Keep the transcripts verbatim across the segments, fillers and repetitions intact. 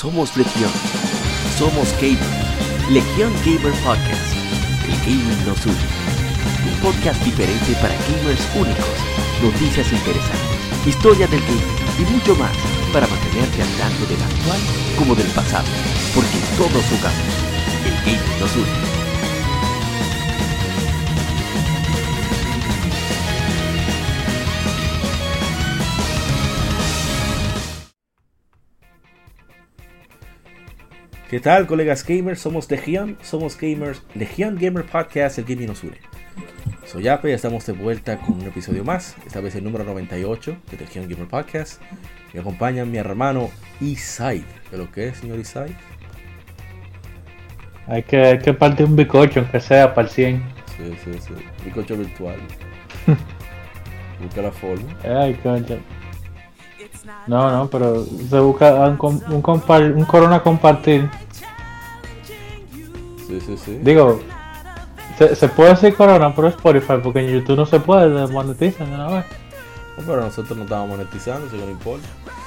Somos Legión. Somos Gamer. Legión Gamer Podcast. El gaming nos une. Un podcast diferente para gamers únicos. Noticias interesantes, historia del gaming y mucho más para mantenerte al tanto del actual como del pasado. Porque todos jugamos. El gaming nos une. ¿Qué tal, colegas gamers? Somos Legión, somos gamers, Legión Gamer Podcast, el gaming nos une. Soy Ape y estamos de vuelta con un episodio más, esta vez el número noventa y ocho de Legión Gamer Podcast. Me acompaña mi hermano Isai. ¿Qué lo que es, señor Isai? Hay que, hay que partir un bicocho, aunque sea para el cien. Sí, sí, sí, bicocho virtual. Busca la forma. Ay, concha. No, no, pero se busca un, un, compar, un corona compartir. Sí, sí, sí. Digo, se, se puede decir corona por Spotify, porque en YouTube no se puede monetizar de una vez. No, pero nosotros no estamos monetizando, eso no importa.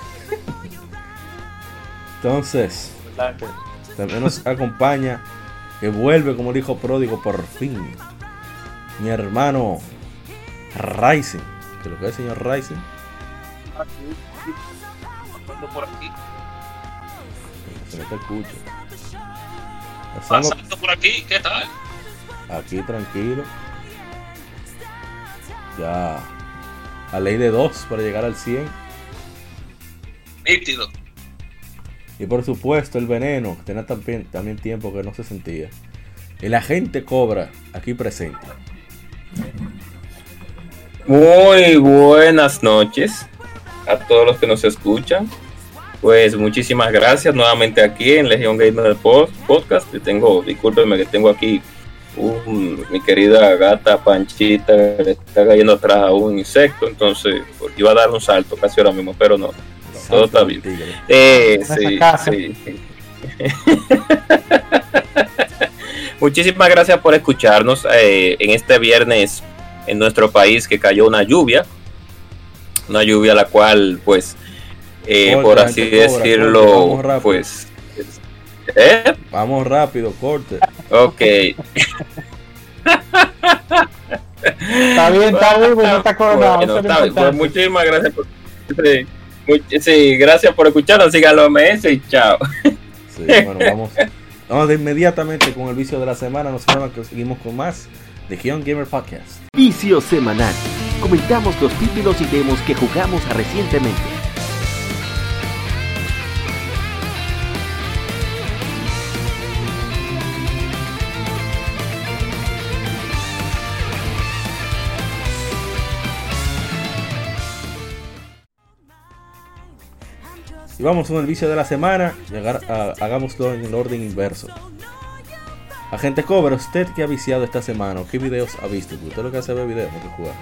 Entonces, también nos acompaña, que vuelve como el hijo pródigo por fin, mi hermano Rising. ¿Qué lo que es, señor Rising? Por aquí. Se me te escucha. Pasando por aquí, ¿qué tal? Aquí tranquilo. Ya a ley de dos para llegar al cien. Nítido. Y por supuesto el veneno, que tenía también, también tiempo que no se sentía. El agente Cobra, aquí presente. Muy buenas noches a todos los que nos escuchan. Pues muchísimas gracias nuevamente aquí en Legión Gamer Podcast. Que tengo, discúlpenme que tengo aquí un, mi querida gata Panchita le está cayendo atrás a un insecto, entonces pues, iba a dar un salto casi ahora mismo, pero no, todo está bien. Eh, sí, sí. Muchísimas gracias por escucharnos eh, en este viernes en nuestro país que cayó una lluvia, una lluvia la cual pues Eh, corte, por así cobra, decirlo, corte, pues ¿eh? Vamos rápido, corte. Ok. Está bien, está bien, pues no está coronado. Bueno, está bien. Pues muchísimas gracias por sí, muy, sí, gracias por escucharnos, síganlo a M S y chao. Sí, bueno, vamos, vamos de inmediatamente con el vicio de la semana, nos vemos que seguimos con más Legión Gamer Podcast. Vicio semanal. Comentamos los títulos y demos que jugamos recientemente. Y vamos con el vicio de la semana. Llegar a, hagámoslo en el orden inverso. Agente Cobra, ¿usted qué ha viciado esta semana? ¿Qué videos ha visto? Usted lo que hace es ver videos, no que jugar.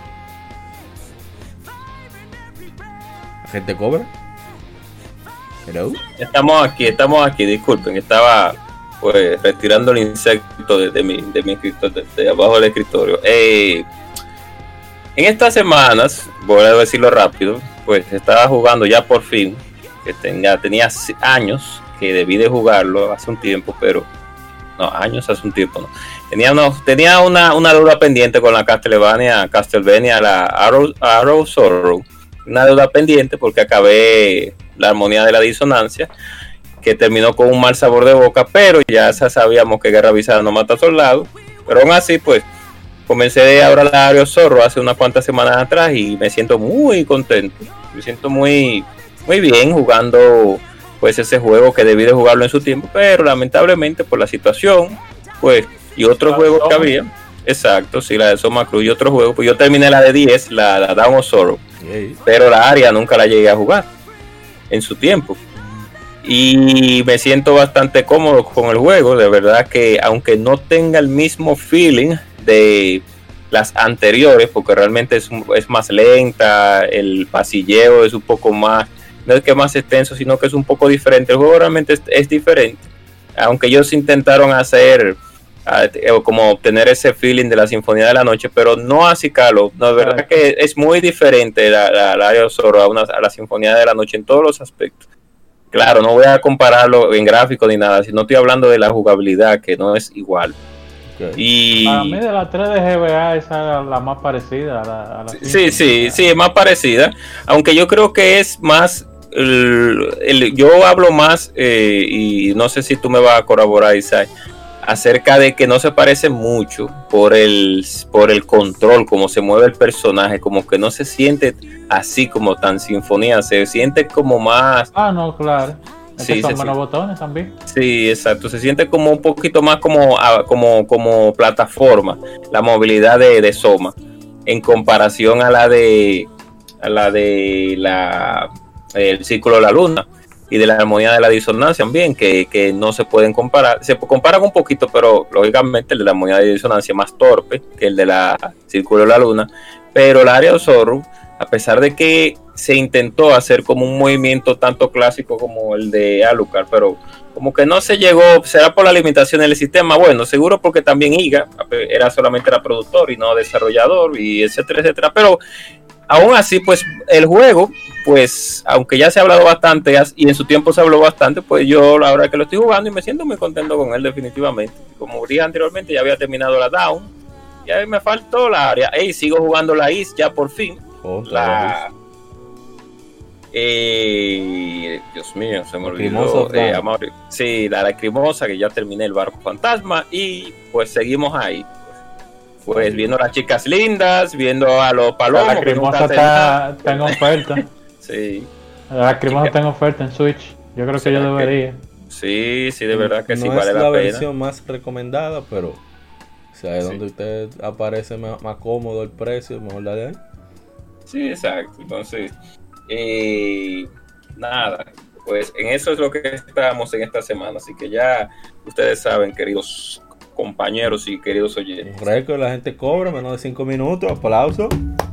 Agente Cobra. Hello. Estamos aquí, estamos aquí. Disculpen, estaba pues retirando el insecto de, de mi, de mi escritorio, de, de abajo del escritorio. Eh, en estas semanas, voy a decirlo rápido, pues estaba jugando ya por fin. Que tenía, tenía años que debí de jugarlo hace un tiempo, pero no, años hace un tiempo no. Tenía, unos, tenía una, una deuda pendiente con la Castlevania, Castlevania, la Arrow, Arrow Sorrow. Una deuda pendiente porque acabé la armonía de la disonancia, que terminó con un mal sabor de boca, pero ya sabíamos que Guerra Avisada no mata soldados. Pero aún así, pues, comencé ahora la Arrow Sorrow hace unas cuantas semanas atrás y me siento muy contento. Me siento muy... muy bien jugando pues ese juego que debí de jugarlo en su tiempo, pero lamentablemente por la situación pues y otros juegos que había, exacto, sí, la de Soma Cruz y otros juegos, pues yo terminé la de diez, la, la Dawn of Sorrow, yeah. Pero la área nunca la llegué a jugar en su tiempo y me siento bastante cómodo con el juego, de verdad que aunque no tenga el mismo feeling de las anteriores, porque realmente es, es más lenta, el pasilleo es un poco más, no es que más extenso, sino que es un poco diferente. El juego realmente es, es diferente. Aunque ellos intentaron hacer, uh, como obtener ese feeling de la Sinfonía de la Noche, pero no así, Carlos. No, es verdad que es muy diferente la, la, la Sorrow a, una, a la Sinfonía de la Noche en todos los aspectos. claro, no voy a compararlo en gráfico ni nada, sino estoy hablando de la jugabilidad, que no es igual. Okay. Y... Para mí de la tres de G B A esa es la más parecida a la, a la cinco. Sí, sí, sí, es más parecida, aunque yo creo que es más, el, el, yo hablo más, eh, y no sé si tú me vas a colaborar, Isai, acerca de que no se parece mucho por el, por el control, cómo se mueve el personaje, como que no se siente así como tan sinfonía, se siente como más... Ah, no, claro. Es sí, que son sí, menos sí. botones también. Sí, exacto, se siente como un poquito más como, como, como plataforma, la movilidad de, de Soma, en comparación a la de a la de la el Círculo de la Luna y de la Armonía de la Disonancia también, que, que no se pueden comparar, se comparan un poquito, pero lógicamente el de la Armonía de Disonancia es más torpe que el de la Círculo de la Luna, pero el Area of Sorrow, a pesar de que se intentó hacer como un movimiento tanto clásico como el de Alucard, pero como que no se llegó, será por la limitación del sistema, bueno, seguro porque también I G A era solamente era productor y no desarrollador, y etcétera, etcétera, pero aún así, pues el juego, pues aunque ya se ha hablado bastante y en su tiempo se habló bastante, pues yo la verdad que lo estoy jugando y me siento muy contento con él definitivamente. Como dije anteriormente, ya había terminado la Down, ya me faltó la área, y sigo jugando la East ya por fin. Oh, la... Eh, Dios mío, se me olvidó. Eh, sí, la lacrimosa, que ya terminé el barco fantasma y pues seguimos ahí. Pues viendo a las chicas lindas, viendo a los palomos. La lacrimosa está, está en oferta. Sí. La lacrimosa está en oferta en Switch. Yo creo que yo debería. Sí, sí, de verdad que no sí vale la pena. No es la versión más recomendada, pero o sea, es sí. donde usted aparece más, más cómodo el precio, mejor la de ahí. Sí, exacto. Entonces, eh, nada, pues en eso es lo que estamos en esta semana. Así que ya ustedes saben, queridos compañeros y queridos oyentes. Un récord, la gente cobra menos de cinco minutos. Aplauso.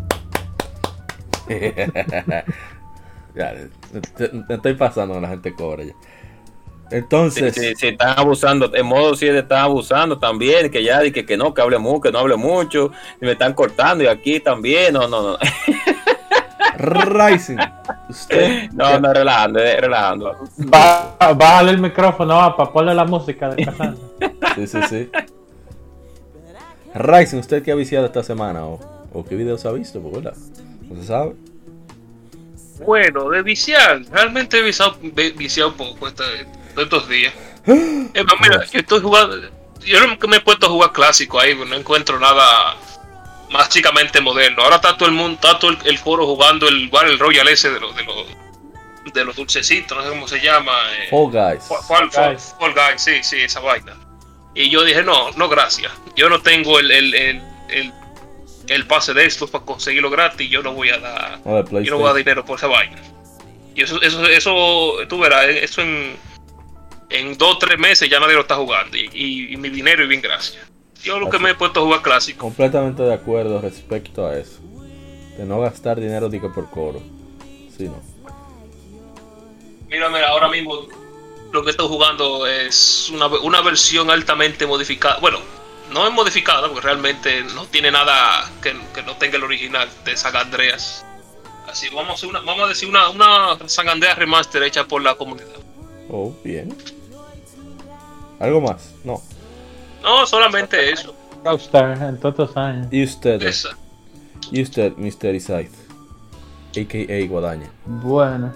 Ya, te, te estoy pasando, la gente cobra ya. Entonces, sí, sí, sí, están abusando, en modo siete están abusando también, que ya, que, que no, que hable mucho, que no hable mucho, y me están cortando, y aquí también, no, no, no. Rising. Usted, no, no, relajando, relajando. Va, bájale el micrófono, va, para ponerle la música de Casandra. Sí, sí, sí. Rising, ¿usted qué ha viciado esta semana? ¿O, o qué videos ha visto? Pues, ¿verdad? No se sabe. Bueno, de viciar, realmente he viciado, viciado poco esta, estos días. Es más, mira, yo estoy jugando, yo no me he puesto a jugar clásico ahí, no encuentro nada básicamente moderno. Ahora está todo el mundo, está todo el, el foro jugando el Battle Royale ese de los de los de los dulcecitos, no sé cómo se llama. Eh, Fall Guys. Fall, Fall, Guys. Fall Guys, sí, sí, esa vaina. Y yo dije, no, no gracias. Yo no tengo el el, el, el, el pase de estos para conseguirlo gratis, yo no voy a dar, oh, yo no voy a dar dinero por esa vaina. Y eso, eso, eso, tú verás, eso en, en dos o tres meses ya nadie lo está jugando. Y, y, y mi dinero y bien gracias. Yo lo Así, que me he puesto a jugar clásico. Completamente de acuerdo respecto a eso. De no gastar dinero ni que por coro. Sí, no. Mira, mira, ahora mismo lo que estoy jugando es una, una versión altamente modificada. Bueno, no es modificada porque realmente no tiene nada que, que no tenga el original de San Andreas. Así, vamos a, hacer una, vamos a decir una, una San Andreas remaster hecha por la comunidad. Oh, bien. ¿Algo más? No. No, solamente eso. Rockstar en todos los años. ¿Y usted? Esa. ¿Y usted, mister Isaac? A K A Guadaña. Bueno.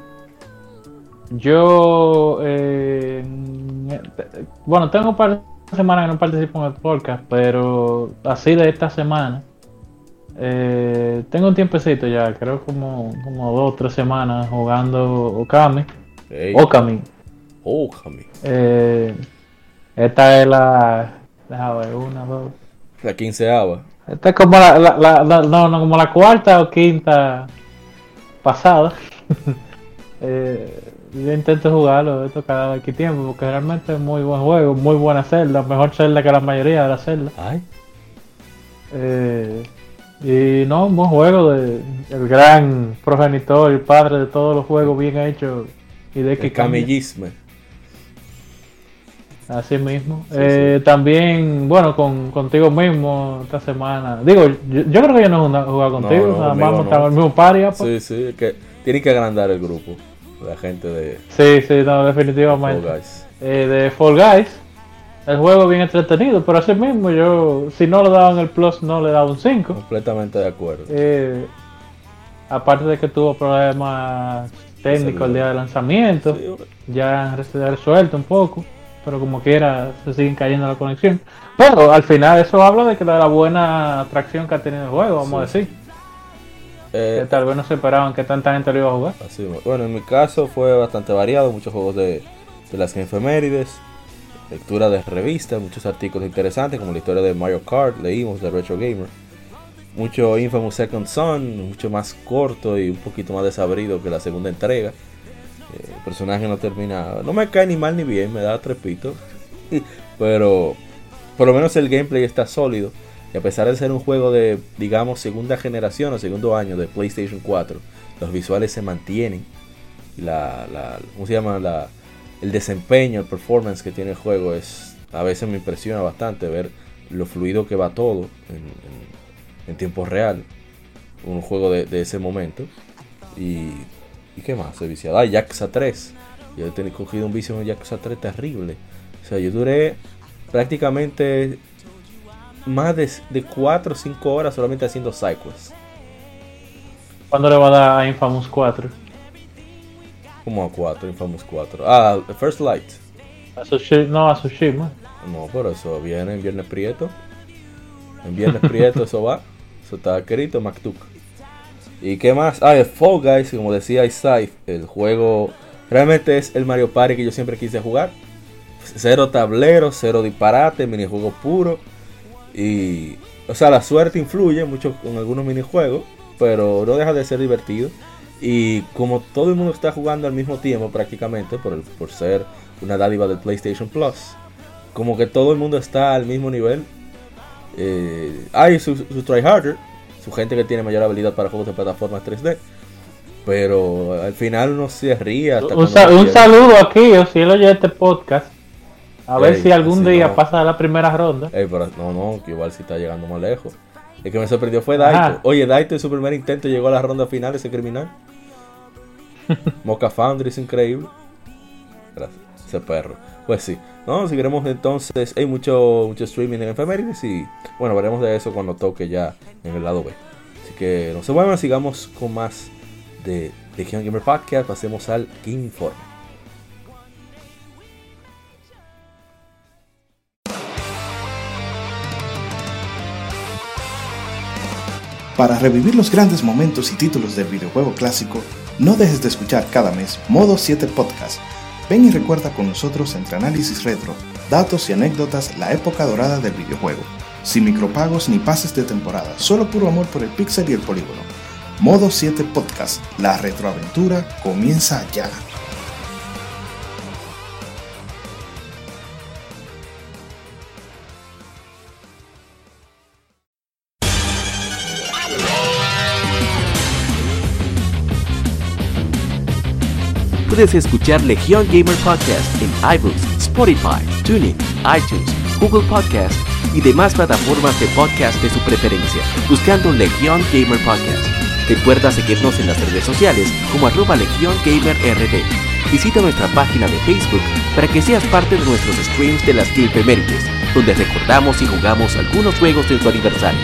Yo... Eh, bueno, tengo un par de semanas que no participo en el podcast, pero así de esta semana... Eh, tengo un tiempecito ya, creo como, como dos o tres semanas jugando Okami. Hey. Okami. Okami. Eh, esta es la... Déjame ver, una, dos. La quinceava. Esta es como la, la, la, la no, no, como la cuarta o quinta pasada. eh, yo intento jugarlo esto cada X tiempo porque realmente es muy buen juego, muy buena celda, mejor celda que la mayoría de las celdas. Ay. Eh, y no, un buen juego de el gran progenitor, el padre de todos los juegos bien hechos y de que camellismo. Así mismo. Sí, eh, sí. También, bueno, con contigo mismo esta semana. Digo, yo, yo creo que yo no he jugado contigo, no, no, nada más no. estamos en el mismo party. Sí, sí, que tiene que agrandar el grupo. la gente de... Sí, sí, no, definitivamente. De Fall Guys. Eh, de Fall Guys, el juego bien entretenido, pero así mismo yo, si no le daban el plus, no le daba un cinco. Completamente de acuerdo. Eh, aparte de que tuvo problemas técnicos el día de lanzamiento, sí, ya han resuelto un poco, pero como quiera se siguen cayendo la conexión. Pero al final eso habla de que de la buena atracción que ha tenido el juego, vamos sí. a decir. Eh, que tal vez no se esperaban que tanta gente lo iba a jugar. Así, bueno, en mi caso fue bastante variado, muchos juegos de, de las efemérides, lectura de revistas, muchos artículos interesantes como la historia de Mario Kart, leímos de Retro Gamer, mucho Infamous Second Son, mucho más corto y un poquito más desabrido que la segunda entrega. Eh, el personaje no termina, no me cae ni mal ni bien, me da trepito, pero por lo menos el gameplay está sólido. Y a pesar de ser un juego de, digamos, segunda generación o segundo año de PlayStation cuatro, los visuales se mantienen. La, la, ¿Cómo se llama? La, el desempeño, el performance que tiene el juego es, a veces me impresiona bastante ver lo fluido que va todo en, en, en tiempo real. Un juego de, de ese momento. Y, ¿y qué más? He viciado. Ah, Yakuza tres. Yo he tenido, cogido un vicio en Yakuza tres terrible. O sea, yo duré prácticamente más de, de cuatro o cinco horas solamente haciendo sidequests. ¿Cuándo le va a dar a Infamous cuatro? ¿Cómo a cuatro? Infamous cuatro. Ah, First Light. A Sushi, no, a Tsushima. No, pero eso viene en Viernes Prieto. En Viernes Prieto eso va. Eso está escrito, MacTuc. ¿Y qué más? Ah, el Fall Guys, como decía Isai, el juego realmente es el Mario Party que yo siempre quise jugar. Cero tablero, cero disparate, minijuego puro. Y, o sea, la suerte influye mucho con algunos minijuegos, pero no deja de ser divertido. Y como todo el mundo está jugando al mismo tiempo prácticamente, por, el, por ser una dádiva del PlayStation Plus, como que todo el mundo está al mismo nivel. Eh, hay su, su tryharder, su gente que tiene mayor habilidad para juegos de plataformas tres D, pero al final uno se ríe. Hasta un, sa- un saludo aquí, o si él oye este podcast. A ver Ey, si algún día no. pasa la primera ronda. Ey, pero no, no, que igual si está llegando más lejos. El que me sorprendió fue Daito. Ajá. Oye, Daito en su primer intento llegó a la ronda final, ese criminal. Mocha Foundry es increíble. Gracias, ese perro. Pues sí, no, seguiremos entonces. Hay mucho, mucho streaming en efemérides y bueno, veremos de eso cuando toque ya en el lado B. Así que no se muevan, sigamos con más de Legion Gamer Podcast. Pasemos al Game Informe. Para revivir los grandes momentos y títulos del videojuego clásico, no dejes de escuchar cada mes Modo siete Podcast. Ven y recuerda con nosotros entre análisis retro, datos y anécdotas la época dorada del videojuego. Sin micropagos ni pases de temporada, solo puro amor por el pixel y el polígono. Modo siete Podcast, la retroaventura comienza ya. Puedes escuchar Legion Gamer Podcast en iBooks, Spotify, TuneIn, iTunes, Google Podcast y demás plataformas de podcast de su preferencia, buscando Legion Gamer Podcast. Recuerda seguirnos en las redes sociales como arroba Legion Gamer R D. Visita nuestra página de Facebook para que seas parte de nuestros streams de las Gamefemérides, donde recordamos y jugamos algunos juegos en su aniversario.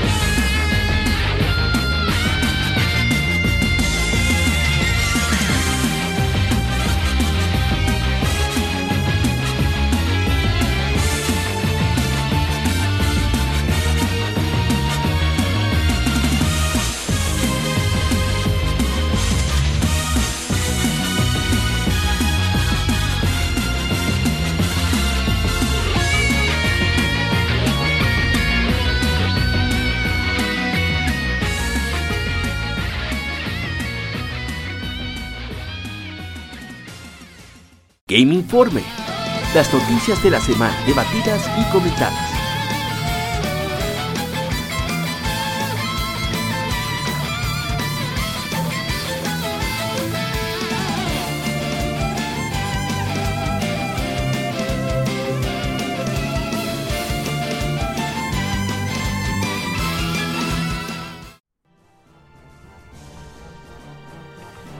Game Informe. Las noticias de la semana debatidas y comentadas.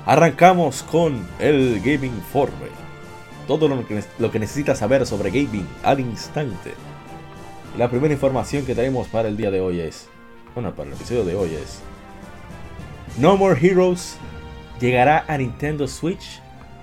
Arrancamos con el Gaming Informe. Todo lo que, lo que necesitas saber sobre gaming al instante. La primera información que tenemos para el día de hoy es, bueno, para el episodio de hoy es, No More Heroes llegará a Nintendo Switch.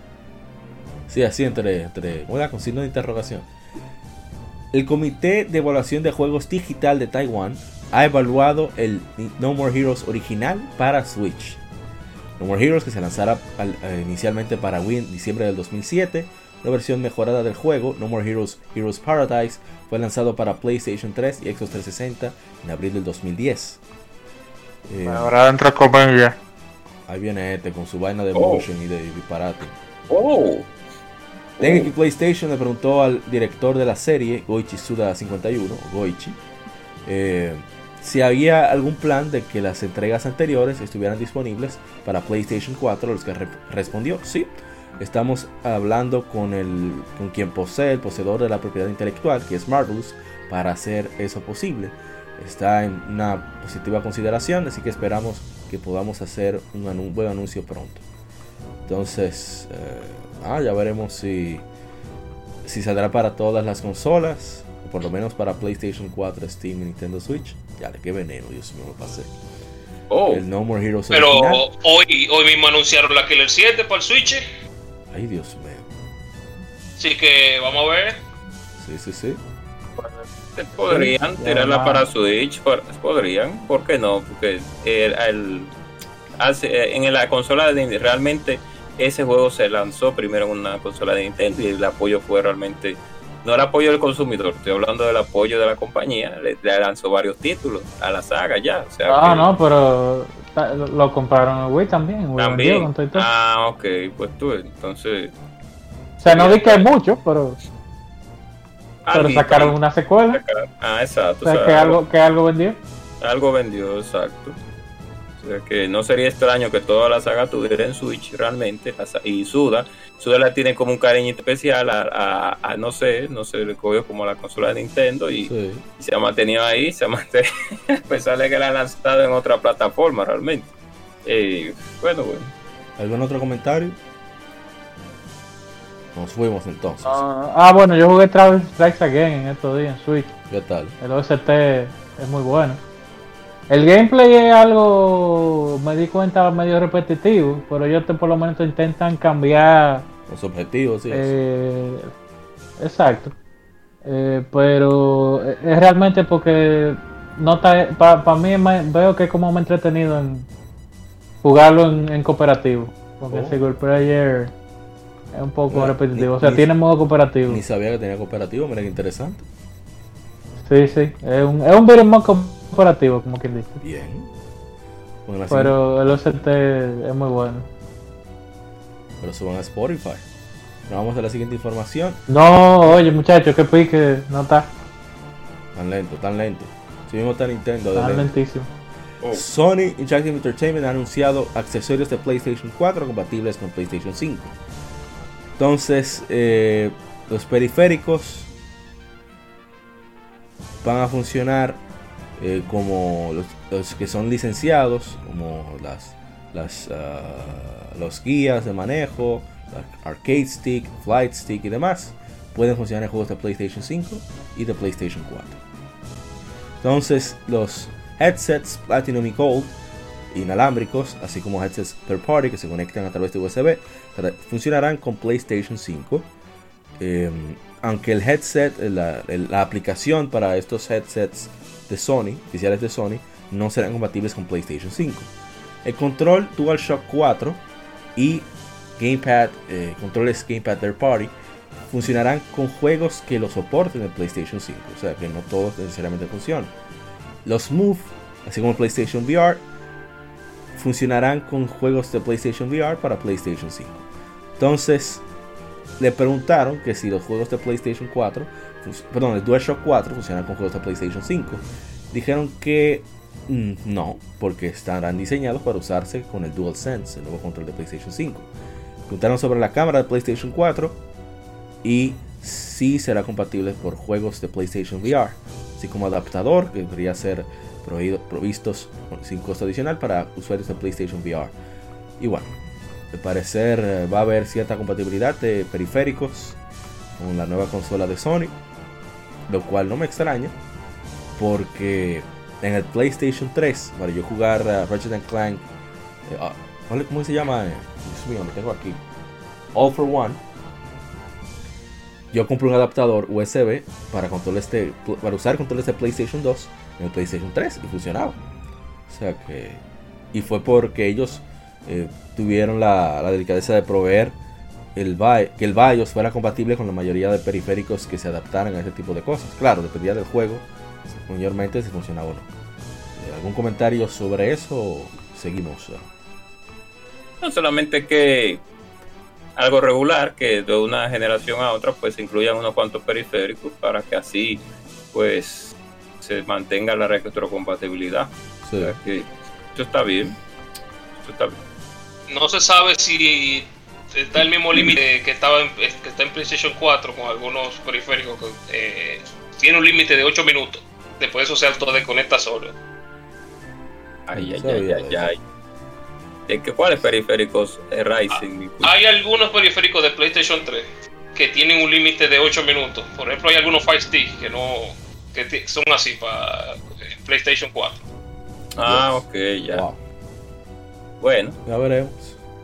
Sí, así entre, entre una con signo de interrogación. El Comité de Evaluación de Juegos Digital de Taiwán ha evaluado el No More Heroes original para Switch. No More Heroes, que se lanzara al, eh, inicialmente para Wii en diciembre del dos mil siete, una versión mejorada del juego, No More Heroes Heroes Paradise, fue lanzado para PlayStation tres y Xbox trescientos sesenta en abril del dos mil diez. Eh, Ahora entra comida. Ahí viene este con su vaina de Oh. motion y de disparate. Oh. Dengeki PlayStation le preguntó al director de la serie, Goichi Suda cincuenta y uno, Goichi, eh, si había algún plan de que las entregas anteriores estuvieran disponibles para PlayStation cuatro, los que re- respondió, sí. Estamos hablando con, el, con quien posee, el poseedor de la propiedad intelectual, que es Marvelous, para hacer eso posible. Está en una positiva consideración, así que esperamos que podamos hacer un, anu- un buen anuncio pronto. Entonces, eh, ah, ya veremos si, si saldrá para todas las consolas, o por lo menos para PlayStation cuatro, Steam y Nintendo Switch. Ya, le qué veneno, Dios mío, me pasé. Oh. El No More Heroes Pero original. hoy, hoy mismo anunciaron la Killer siete para el Switch. Ay, Dios mío. Así que vamos a ver. Sí, sí, sí. Podrían Sí, tirarla ya, para va. Switch, por- podrían, ¿por qué no? Porque el, el- hace, en la consola de Nintendo, realmente ese juego se lanzó primero en una consola de Nintendo y el apoyo fue realmente, no el apoyo del consumidor, estoy hablando del apoyo de la compañía, le, le lanzó varios títulos a la saga ya. O sea, Ah, que no, pero ta- lo, lo compraron en Wii también. Wii vendió también. con todo y todo. Ah, ok, pues tú, entonces. O sea, no di que hay mucho, pero, pero alguito, sacaron una secuela. sacar- Ah, exacto. O sea, o sea, que algo, que algo vendió. Algo vendió, exacto. O sea que no sería extraño que toda la saga tuviera en Switch realmente. la sa- Y Suda, Suda la tiene como un cariño especial a, a, a no sé, no sé, le cogió como la consola de Nintendo y, Sí. y se ha mantenido ahí, se ha mantenido, a pesar de que la han lanzado en otra plataforma realmente. Eh, bueno, bueno. ¿Algún otro comentario? Nos fuimos entonces. Ah, ah, bueno, yo jugué Travis Strikes Again en estos días en Switch. ¿Qué tal? El O S T es muy bueno. El gameplay es algo, me di cuenta, medio repetitivo, pero ellos te, por lo menos intentan cambiar. Los objetivos, sí. eh, exacto. Eh, pero es realmente porque no está, para mí es más- veo que es como me he entretenido en jugarlo en, en cooperativo. Porque Oh. el single player es un poco Mira, repetitivo. ni- O sea, ni- tiene modo cooperativo. Ni sabía que tenía cooperativo, mira qué interesante. Sí, sí. Es un, es un beat'em up cooperativo, como quien dice. Bien. Bueno, la Pero el O S T es muy bueno. siguiente- pero suban a Spotify. Nos vamos a la siguiente información. No, oye muchachos, que pique, no está Tan lento, tan lento. Subimos a Nintendo. de tan lento. lentísimo. Oh. Sony Interactive Entertainment ha anunciado accesorios de PlayStation cuatro compatibles con PlayStation cinco. Entonces, eh, los periféricos van a funcionar eh, como los, los que son licenciados, como las, las ah, los guías de manejo, la arcade stick, flight stick y demás. Pueden funcionar en juegos de PlayStation cinco y de PlayStation cuatro. Entonces, los headsets Platinum y Gold inalámbricos, así como headsets third party que se conectan a través de U S B, tra- funcionarán con PlayStation cinco. Eh, aunque el headset, la, la aplicación para estos headsets de Sony, oficiales de Sony, no serán compatibles con PlayStation cinco. El control DualShock cuatro y Gamepad, eh, controles Gamepad third party, funcionarán con juegos que lo soporten en PlayStation cinco, o sea que no todos necesariamente funcionan. Los Move, así como el PlayStation V R, funcionarán con juegos de PlayStation V R para PlayStation cinco. Entonces, le preguntaron que si los juegos de PlayStation cuatro, perdón, el DualShock cuatro funcionan con juegos de PlayStation cinco. Dijeron que mm, no, porque estarán diseñados para usarse con el DualSense, el nuevo control de PlayStation cinco. Preguntaron sobre la cámara de PlayStation cuatro y si será compatible por juegos de PlayStation V R, así como adaptador que debería ser provisto, provistos sin costo adicional para usuarios de PlayStation V R. Y bueno, al parecer va a haber cierta compatibilidad de periféricos con la nueva consola de Sony, lo cual no me extraña porque en el PlayStation tres, para yo jugar uh, Ratchet and Clank, eh, uh, ¿cómo se llama? Dios mío, lo tengo aquí, All for One. Yo compré un adaptador U S B para, controles de, para usar controles de PlayStation dos en el PlayStation tres y funcionaba. O sea que... Y fue porque ellos eh, tuvieron la, la delicadeza de proveer el BIOS, que el BIOS fuera compatible con la mayoría de periféricos que se adaptaran a ese tipo de cosas. Claro, dependía del juego, mayormente si funcionaba o no. Eh, ¿Algún comentario sobre eso o seguimos? No, solamente que algo regular, que de una generación a otra pues se incluyan unos cuantos periféricos para que así pues se mantenga la retrocompatibilidad. Sí. O sea que esto está bien. Esto está bien. No se sabe si está el mismo límite que estaba en, que está en PlayStation cuatro con algunos periféricos que eh, tiene un límite de ocho minutos. Después eso se autodesconecta solo. Ay, ay, ay, ay, ay. ¿Cuáles periféricos eh, Ryzen? Ah, hay algunos periféricos de PlayStation tres que tienen un límite de ocho minutos. Por ejemplo, hay algunos Fire Stick que no que t- son así para PlayStation cuatro. Ah, ok, ya. Wow. Bueno, ya veremos.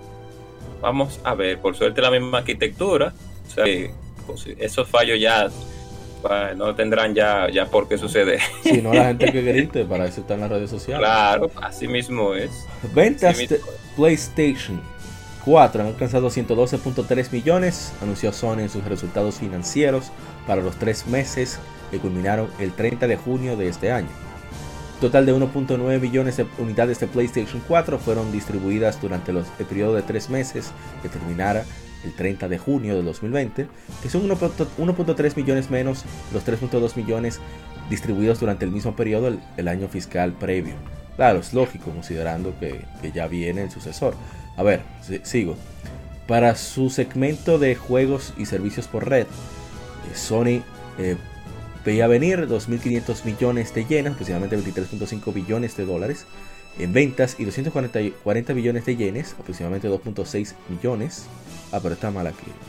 Vamos a ver, por suerte la misma arquitectura. O sea, que, pues, esos fallos ya pues, no tendrán ya, ya por qué suceder. Si no, la gente que grite, para eso está en las redes sociales. Claro, así mismo es. Ventas de PlayStation cuatro han alcanzado ciento doce punto tres millones, anunció Sony en sus resultados financieros para los tres meses que culminaron el treinta de junio de este año. Un total de uno punto nueve millones de unidades de PlayStation cuatro fueron distribuidas durante los, el periodo de tres meses que terminara el treinta de junio de dos mil veinte, que son uno punto tres millones menos los tres punto dos millones distribuidos durante el mismo periodo el, el año fiscal previo. Claro, es lógico considerando que, que ya viene el sucesor. A ver, sigo. Para su segmento de juegos y servicios por red, eh, Sony eh, veía venir dos mil quinientos millones de yenes, aproximadamente veintitrés punto cinco billones de dólares en ventas, y doscientos cuarenta billones de yenes, aproximadamente dos punto seis millones. Ah, pero está mal aquí.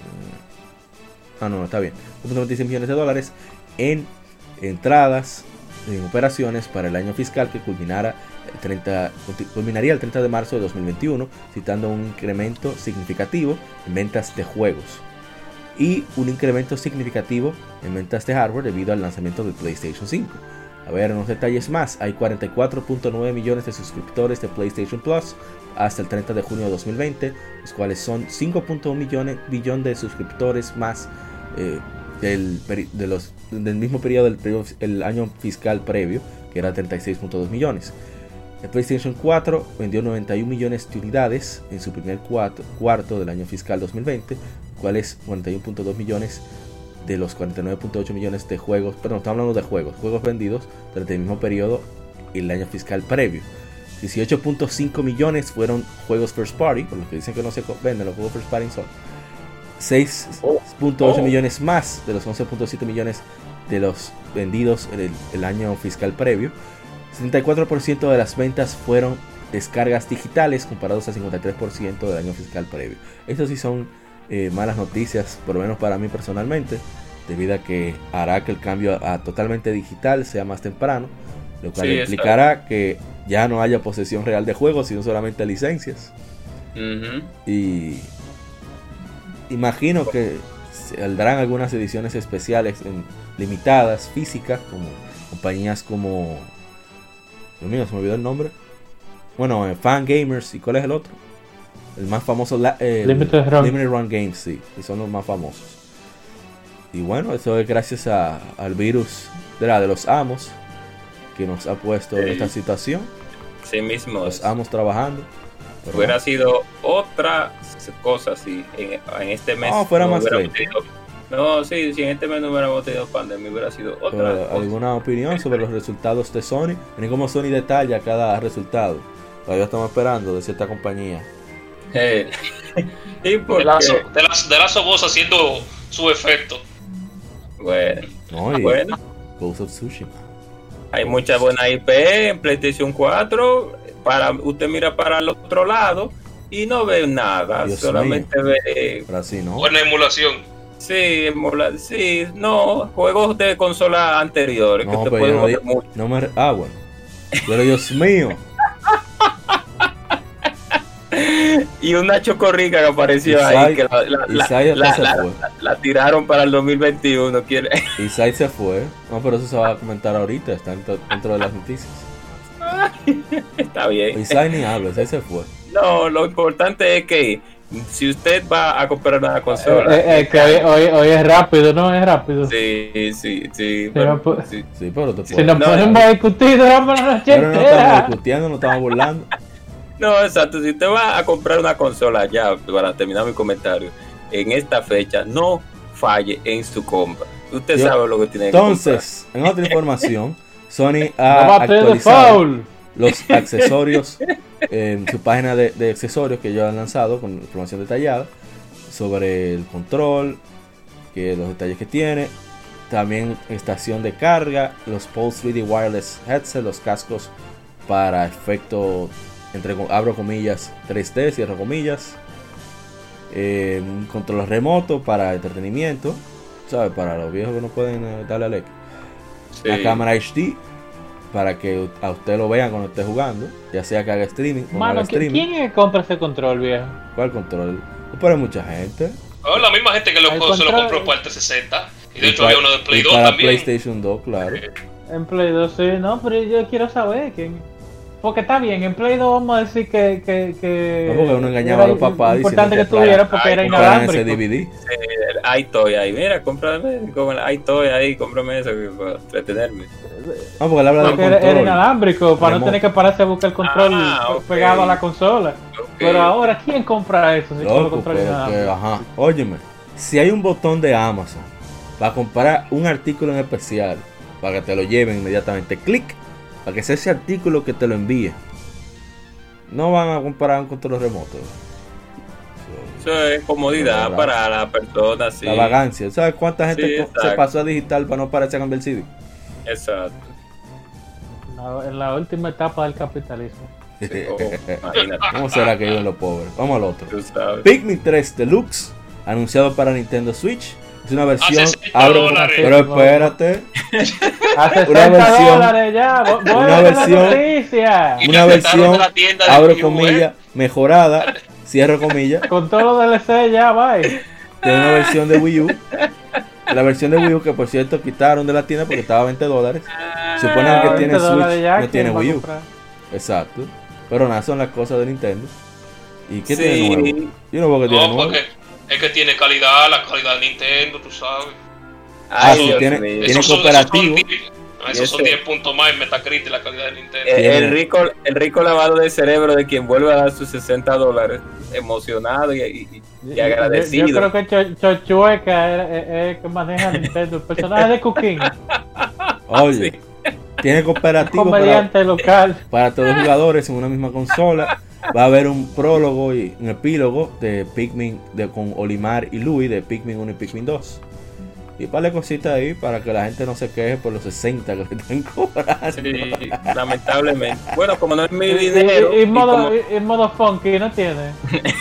Ah, no, no está bien. dos punto veintiséis millones de dólares en entradas en operaciones para el año fiscal que culminara el treinta, culminaría el treinta de marzo de dos mil veintiuno, citando un incremento significativo en ventas de juegos y un incremento significativo en ventas de hardware debido al lanzamiento del PlayStation cinco. A ver, unos detalles más. Hay cuarenta y cuatro punto nueve millones de suscriptores de PlayStation Plus hasta el treinta de junio de dos mil veinte, los cuales son cinco punto uno billones de suscriptores más eh, del, de los, del mismo periodo del periodo, el año fiscal previo, que era treinta y seis punto dos millones. El PlayStation cuatro vendió noventa y un millones de unidades en su primer cuarto, cuarto del año fiscal dos mil veinte, cuales cuarenta y uno punto dos millones de los cuarenta y nueve punto ocho millones de juegos, perdón, estamos hablando de juegos, juegos vendidos durante el mismo periodo el año fiscal previo. dieciocho punto cinco millones fueron juegos first party, por los que dicen que no se venden los juegos first party son seis punto ocho oh. millones más de los once punto siete millones de los vendidos en el, el año fiscal previo. setenta y cuatro por ciento de las ventas fueron descargas digitales comparados al cincuenta y tres por ciento del año fiscal previo. Estos sí son eh, malas noticias, por lo menos para mí personalmente, debido a que hará que el cambio a, a totalmente digital sea más temprano, lo cual sí, implicará está. que ya no haya posesión real de juegos, sino solamente licencias. Uh-huh. Y imagino que saldrán algunas ediciones especiales en, limitadas, físicas, como compañías como... Dios mío, se me olvidó el nombre. Bueno, eh, Fan Gamers. ¿Y cuál es el otro? El más famoso, la, eh, Limited, el, Run. Limited Run Games, sí, que son los más famosos. Y bueno, eso es gracias a, al virus de, la, de los amos que nos ha puesto sí. en esta situación. Sí mismo. Los amos trabajando. Pero hubiera bueno. sido otra cosa si en, en este mes no, fuera no más tenido, No, sí, si en este mes no hubiéramos tenido pandemia hubiera sido otra Pero, cosa. ¿Alguna opinión sobre los resultados de Sony? Miren cómo Sony detalla cada resultado. Todavía estamos esperando de cierta compañía. Eh. ¿Y por de la, de la, de la Sobos haciendo su efecto. Bueno, no, y bueno. Ghost of Tsushima. Hay mucha buena I P en PlayStation cuatro. Para, usted mira para el otro lado y no ve nada, Dios solamente mío. ve así, ¿no? Buena emulación. Sí, emula, sí, no, juegos de consola anteriores no, que te pueden no, di- no me ah, bueno. Pero Dios mío. Y una chocorrica que apareció Isai, ahí que la, la, la, la, la, la, la tiraron para el dos mil veintiuno. ¿Quiere? Isai se fue. No, pero eso se va a comentar ahorita, está dentro de las noticias. Está bien. Isai ni habla, Isai se fue. No, lo importante es que si usted va a comprar una consola, eh, eh, eh, que hoy, hoy, hoy es rápido, ¿no? Es rápido. Sí, sí, sí. Sí, pero, no, sí. sí, pero te si nos no, ponemos a discutir durante la noche entera. No estamos discutiendo, no estamos burlando. No, exacto. Si usted va a comprar una consola ya, para terminar mi comentario, en esta fecha, no falle en su compra. Usted Yo, sabe lo que tiene que comprar. Entonces, en otra información, Sony ha no actualizado los accesorios en su página de, de accesorios que ellos han lanzado con información detallada sobre el control, que los detalles que tiene, también estación de carga, los Pulse tres D Wireless Headset, los cascos para efecto, entre abro comillas, tres D, cierro comillas, eh, un control remoto para entretenimiento, ¿sabes? Para los viejos que no pueden eh, darle a L E C. Sí. La cámara H D para que a usted lo vean cuando esté jugando, ya sea que haga streaming o Mano, no haga streaming. ¿quién es que compra ese control, viejo? ¿Cuál control? Pero hay mucha gente. Oh, la misma gente que lo, se lo compró para el trescientos sesenta. Y de y hecho para, había uno de Play dos para también. PlayStation dos, claro. En Play dos sí, no, pero yo quiero saber quién. Porque está bien, en Play dos vamos a decir que... que, que no, porque uno engañaba a los papás. Es importante que tuviera porque ay, era inalámbrico. Ese D V D. Sí, hay toy ahí, mira, cómprame, hay toy ahí, cómprame eso para entretenerme. No, porque él habla del control. Era, era inalámbrico, para Remote. No tener que pararse a buscar el control ah, okay. pegado a la consola. Okay. Pero ahora, ¿quién compra eso? Si Loco, control pero que, ajá. Óyeme, si hay un botón de Amazon para comprar un artículo en especial, para que te lo lleven inmediatamente, clic, para que sea ese artículo que te lo envíe. No van a comprar un control remoto. Eso es comodidad para la persona, sí. La vagancia. ¿Sabes cuánta gente sí, se pasó a digital para no pararse a cambiar el C D? Exacto. La, en la última etapa del capitalismo. Sí, oh, ¿Cómo será que viven los pobres? Vamos al otro. Pikmin tres Deluxe, anunciado para Nintendo Switch. Es una versión. Abro, pero espérate. Una versión. Ya. Una versión. Una versión. Abro comillas. Mejorada. Cierro comillas. Con todos los D L C ya, bye. Tiene una versión de Wii U. La versión de Wii U que por cierto quitaron de la tienda porque estaba a veinte dólares. Supone que tiene Switch, ya, no tiene Wii U. Exacto. Pero nada, son las cosas de Nintendo. ¿Y qué sí. tiene nuevo? Yo no veo que no, tiene nuevo. Es que tiene calidad, la calidad de Nintendo, tú sabes. Ah, sí, tiene, tiene cooperativo. Esos son diez puntos más en Metacritic, la calidad de Nintendo. El, el, rico, el rico lavado de cerebro de quien vuelve a dar sus sesenta dólares, emocionado y, y, y agradecido. Yo, yo creo que Chochueca es el que maneja Nintendo, el personaje de Cooking. Oye, sí. Tiene cooperativo comediante para, local. para todos los jugadores en una misma consola. Va a haber un prólogo y un epílogo de Pikmin de, con Olimar y Louis de Pikmin uno y Pikmin dos. Y para la cosita ahí para que la gente no se queje por los sesenta que le están cobrando. Sí, lamentablemente. Bueno, como no es mi dinero. Y, y, y, modo, como... y, y modo funky no tiene.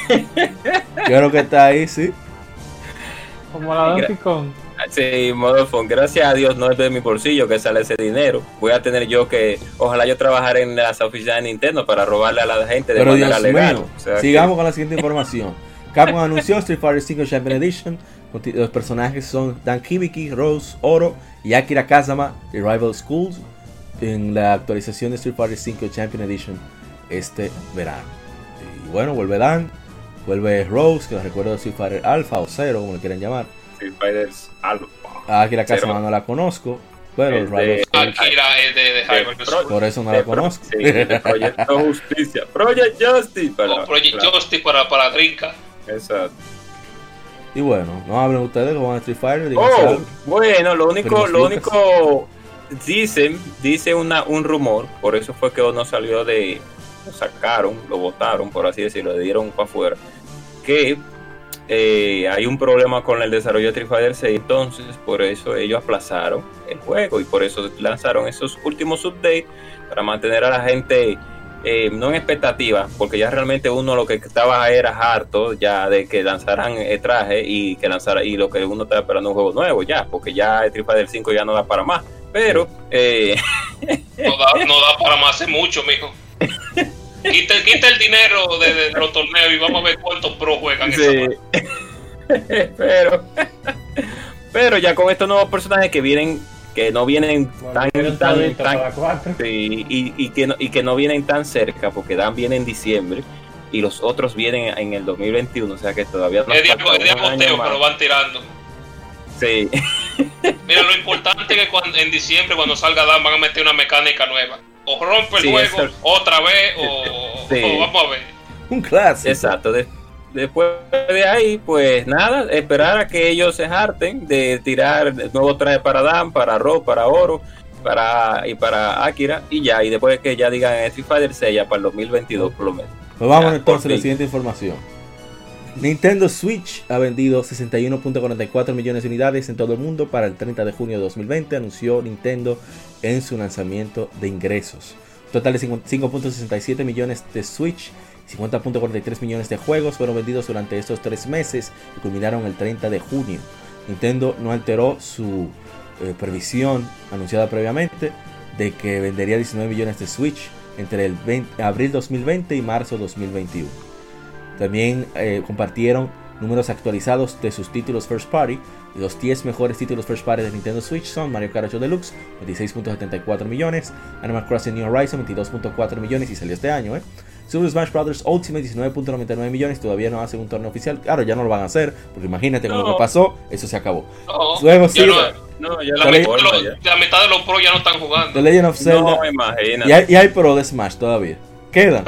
Yo creo que está ahí, sí. Como la Donkey Kong. Sí, modo funky. Gracias a Dios no es de mi bolsillo que sale ese dinero. Voy a tener yo que, ojalá yo trabajar en las oficinas de Nintendo para robarle a la gente de Pero manera Dios legal. Mío, o sea sigamos que... con la siguiente información. Capcom anunció Street Fighter cinco Champion Edition. Los personajes son Dan Hibiki, Rose, Oro y Akira Kazama de Rival Schools en la actualización de Street Fighter cinco Champion Edition este verano. Y bueno, vuelve Dan, vuelve Rose, que los recuerdo de Street Fighter Alpha o Zero, como le quieran llamar. Street Fighter Alpha. A Akira Kazama Cero. No la conozco, pero el Rival Schools. Akira es de, de, de, de Por eso no la conozco. Sí, de Proyecto Justicia. Project Justice para, oh, Project claro. Justice para, para Drinka. Exacto. Y bueno, no hablen ustedes como van a Street Fighter. Oh, bueno, lo único, lo único dicen, dice una, un rumor, por eso fue que no salió de, lo sacaron, lo botaron, por así decirlo, le dieron para afuera, que eh, hay un problema con el desarrollo de Street Fighter seis, entonces por eso ellos aplazaron el juego y por eso lanzaron esos últimos updates para mantener a la gente eh, no en expectativa, porque ya realmente uno lo que estaba era harto ya de que lanzaran el traje y que lanzara, y lo que uno estaba esperando un juego nuevo ya, porque ya Street Fighter cinco ya no da para más, pero eh... no, da, no da para más hace mucho, mijo. Quita, quita el dinero de, de los torneos y vamos a ver cuántos pros juegan. Sí. Esa pero pero ya con estos nuevos personajes que vienen, que no vienen tan tan, tan sí, y, y que no, y que no vienen tan cerca, porque Dan viene en diciembre y los otros vienen en el dos mil veintiuno, o sea que todavía no es día boteo, pero van tirando. Sí. Mira, lo importante es que cuando, en diciembre cuando salga Dan van a meter una mecánica nueva. O rompe el sí, juego eso. Otra vez o, sí. o vamos a ver. Un clásico. Exacto. De, después de ahí, pues nada, esperar a que ellos se harten de tirar nuevos trajes para Dan, para Ro, para Oro, para y para Akira y ya. Y después que ya digan Street Fighter seis ya para el dos mil veintidós por lo menos. Pues vamos ya, entonces a la siguiente información. Nintendo Switch ha vendido sesenta y uno punto cuarenta y cuatro millones de unidades en todo el mundo para el treinta de junio de dos mil veinte, anunció Nintendo en su lanzamiento de ingresos. Un total de cinco punto sesenta y siete millones de Switch y cincuenta punto cuarenta y tres millones de juegos fueron vendidos durante estos tres meses y culminaron el treinta de junio. Nintendo no alteró su eh, previsión anunciada previamente de que vendería diecinueve millones de Switch entre el veinte, abril dos mil veinte y marzo dos mil veintiuno. También eh, compartieron números actualizados de sus títulos First Party. Los diez mejores títulos First Party de Nintendo Switch son Mario Kart ocho Deluxe, veintiséis punto setenta y cuatro millones, Animal Crossing New Horizon, veintidós punto cuatro millones y salió este año, ¿eh? Super Smash Bros. Ultimate, diecinueve punto noventa y nueve millones, todavía no hacen un torneo oficial. Claro, ya no lo van a hacer, porque imagínate con no. lo que pasó, eso se acabó. No, Luego sí. No, no, ya la, mitad de los, la mitad de los pros ya no están jugando. The Legend of Zelda. No, imagínate. Y hay, y hay pro de Smash todavía. Quedan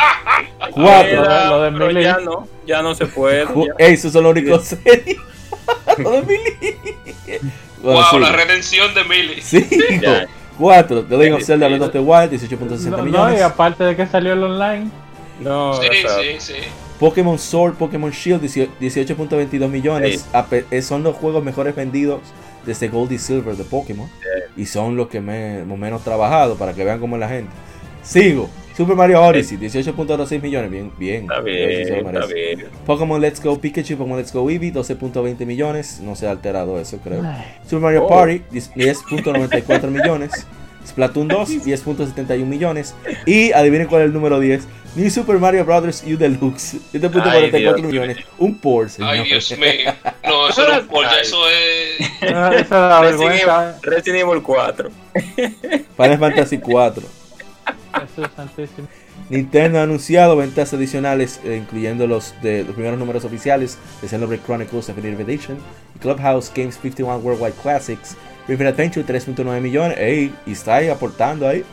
cuatro. Queda, lo de Melee. Ya no, ya no se puede. Ey, esos son los únicos serios. Lo de Melee. Wow, wow sí. La redención de Melee. Sí, cuatro. The Legend of Zelda, Breath of the Wild, dieciocho punto sesenta no, millones. No, y aparte de que salió el online. No, sí, sí, sí. Pokémon Sword, Pokémon Shield, dieciocho punto veintidós millones. Sí. Son los juegos mejores vendidos desde Gold y Silver de Pokémon. Sí. Y son los que me, menos trabajado, para que vean cómo es la gente. Sigo. Super Mario Odyssey, dieciocho punto veintiséis millones. Bien, bien. Está bien, si está bien. Pokémon Let's Go Pikachu, Pokémon Let's Go Eevee, doce punto veinte millones. No se ha alterado eso, creo. Ay. Super Mario oh. Party, diez punto noventa y cuatro millones. Splatoon dos, diez punto setenta y uno millones. Y adivinen cuál es el número diez. New Super Mario Bros. U Deluxe, siete punto cuarenta y cuatro millones. Un por, señor. Ay, Dios mío. No, eso no es por, ya eso es. No, eso da vergüenza. Resident Evil cuatro. Final Fantasy cuatro. Eso es santísimo. Nintendo ha anunciado ventas adicionales, eh, incluyendo los de los primeros números oficiales de Xenoblade Chronicles Definitive Edition y Clubhouse Games cincuenta y uno Worldwide Classics. Ring Fit Adventure tres punto nueve millones. Ey, y está ahí aportando ahí.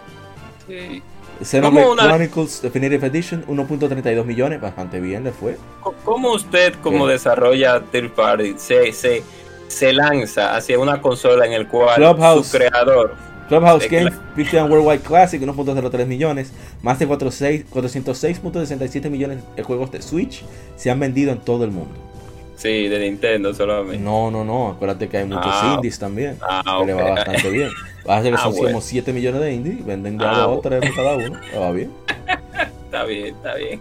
Sí. Xenoblade una... Chronicles Definitive Edition uno punto treinta y dos millones. Bastante bien le fue. ¿Cómo usted como ¿Qué? desarrolla third party se, se, se lanza hacia una consola en el cual Clubhouse, su creador Clubhouse Games cincuenta y uno Worldwide Classic uno punto cero tres millones, más de cuatrocientos seis punto sesenta y siete millones de juegos de Switch se han vendido en todo el mundo? Sí, de Nintendo solamente. No, no, no, acuérdate que hay muchos ah, indies también, ah, que okay. le va bastante bien. Va a ser que ah, son bueno. como siete millones de indies, venden de ah, a dos o tres de cada uno, le va bien. Está bien, está bien.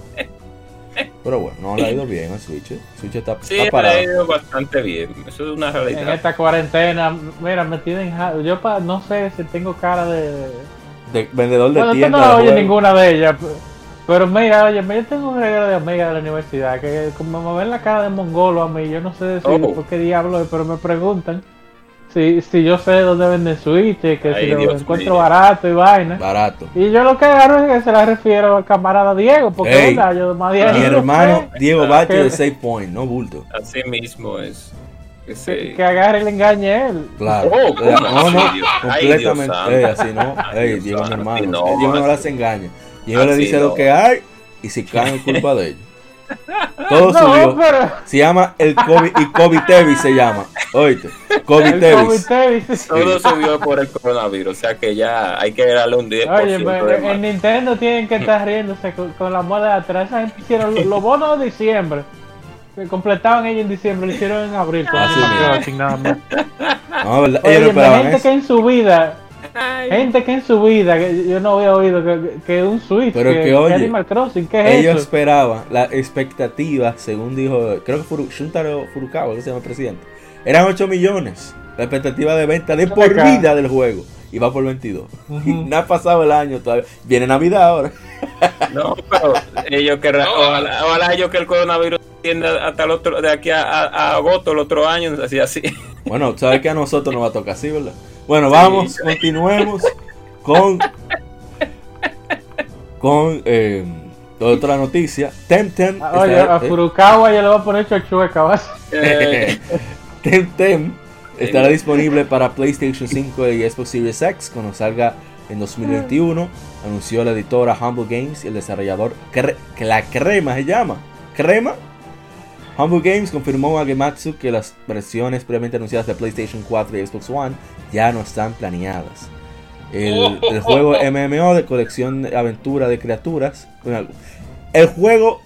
Pero bueno, no le ha ido bien al Switch. ¿eh? Switch está, sí, está parado. Sí, le ha ido bastante bien. Eso es una realidad. En esta cuarentena, mira, me tienen. Yo pa, no sé si tengo cara de. De vendedor de bueno, tienda. No oye ninguna de ellas. Pero mira, oye, yo tengo un regalo de amiga de la universidad. Que como me ven la cara de mongolo a mí, yo no sé decir oh. por qué diablo es, pero me preguntan. Si, si yo sé dónde venden Switch, que Ay, si lo Dios encuentro mío. barato y vaina. Barato. Y yo lo que agarro es que se la refiero al camarada Diego, porque Ey, yo más Diego. Mi hermano Diego Bacho de seis Point, no bulto. Así mismo es. Que, que, que agarre y le engañe a él. Claro. Oh, no, no, no Ay, completamente. Ey, así no. Ey, Dios Diego es mi hermano. No, Diego no las engaña. Diego le dice no. lo que hay y si caen es culpa de ellos. Todo no, subió. Pero... Se llama el COVID y COVID Tevis se llama. Oíste. COVID Tevis. Todo subió por el coronavirus. O sea que ya hay que darle un diez por ciento. Oye, pero en Nintendo tienen que estar riéndose con, con la moda de atrás. Esa gente hicieron los bonos de diciembre. Que completaban ellos en diciembre. Lo hicieron en abril. Con Así nada más. No, verdad. Oye, hay gente eso. que en su vida Gente que en su vida, que yo no había oído que, que un Switch, pero que, que, oye, que Animal Crossing, ¿qué es ellos eso? esperaban, la expectativa, según dijo, creo que Furu, Shuntaro Furukawa, que se llama el presidente, eran ocho millones. La expectativa de venta de por vida del juego. Y va por veintidós. Uh-huh. No ha pasado el año todavía. Viene Navidad ahora. No, pero ellos que ojalá, ojalá ellos que el coronavirus tienda hasta el otro, de aquí a, a, a agosto el otro año, así así. Bueno, sabes que a nosotros nos va a tocar así, ¿verdad? Bueno, vamos, sí. Continuemos con con eh, otra noticia. Temtem. Ah, oye, está, a Furukawa eh, ya le va a poner chochueca, ¿vas? Eh, Temtem estará disponible para PlayStation cinco y Xbox Series X cuando salga en dos mil veintiuno. Anunció la editora Humble Games y el desarrollador Cre- que la Crema se llama. ¿Crema? Humble Games confirmó a Gematsu que las versiones previamente anunciadas de PlayStation cuatro y Xbox One ya no están planeadas. El, el juego M M O de colección de aventura de criaturas. El juego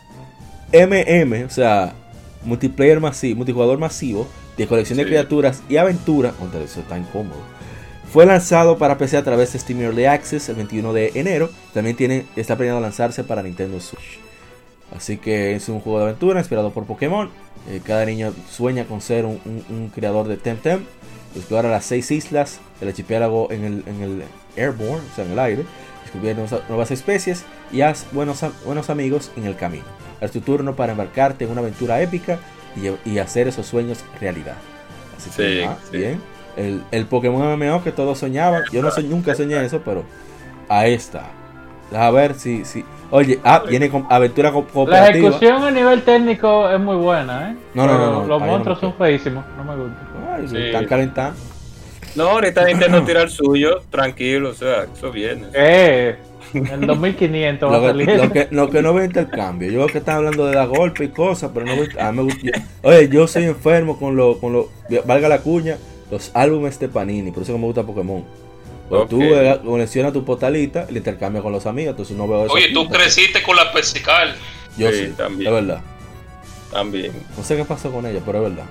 M M, o sea, multiplayer masivo, multijugador masivo de colección sí. de criaturas y aventura, donde eso está incómodo, fue lanzado para P C a través de Steam Early Access el veintiuno de enero. También tiene, está planeado lanzarse para Nintendo Switch. Así que es un juego de aventura inspirado por Pokémon. Eh, cada niño sueña con ser un, un, un creador de Temtem. Explorar las seis islas del archipiélago en el, en el Airborne, o sea en el aire. Descubrir nuevas especies y haz buenos, buenos amigos en el camino. Es tu turno para embarcarte en una aventura épica y, y hacer esos sueños realidad. Así que, sí, ah, sí. bien. El, el Pokémon M M O que todos soñaban. Yo no soy, nunca soñé eso, pero ahí está. A ver si... si oye, ah, viene con aventura co- cooperativa. La ejecución a nivel técnico es muy buena, ¿eh? No, no, no, no. Los monstruos no son feísimos. No me gusta. Ay, sí. Están calentando. No, ahorita Nintendo tira el suyo. Tranquilo, o sea, eso viene. Eh... En dos mil quinientos va lo, a salir. Que, lo, que, lo que no veo intercambio. Yo veo que están hablando de dar golpe y cosas, pero no veo, ah, me gusta. Oye, yo soy enfermo con lo, con lo, valga la cuña, los álbumes de Panini, por eso que me gusta Pokémon. Pero okay. Tú eh, coleccionas tu postalita y le intercambias con los amigos, entonces no veo eso. Oye, tú creciste con la Persical. Yo sí, sí también. Es verdad. También. No sé qué pasó con ella, pero es verdad.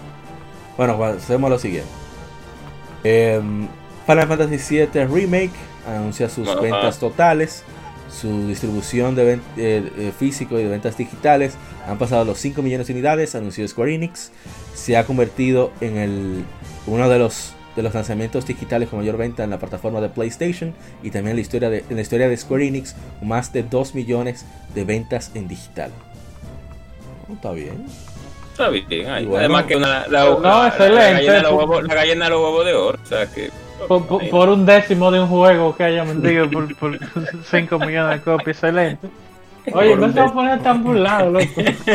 Bueno, hacemos lo siguiente. Eh, Final Fantasy siete Remake anuncia sus Ajá. ventas totales, su distribución de ven- eh, eh, físico y de ventas digitales. Han pasado los cinco millones de unidades, anunció Square Enix. Se ha convertido en el, uno de los, de los lanzamientos digitales con mayor venta en la plataforma de PlayStation y también en la historia de, en la historia de Square Enix, con más de dos millones de ventas en digital. Oh, está bien. Está bien. Bueno, además que una, la, no, la, excelente. La gallina de los huevos, la gallina de los huevos de oro. O sea que... Por, por, por un décimo de un juego que haya vendido por, por cinco millones de copias, excelente. Oye, no se va a poner tan burlado, loco.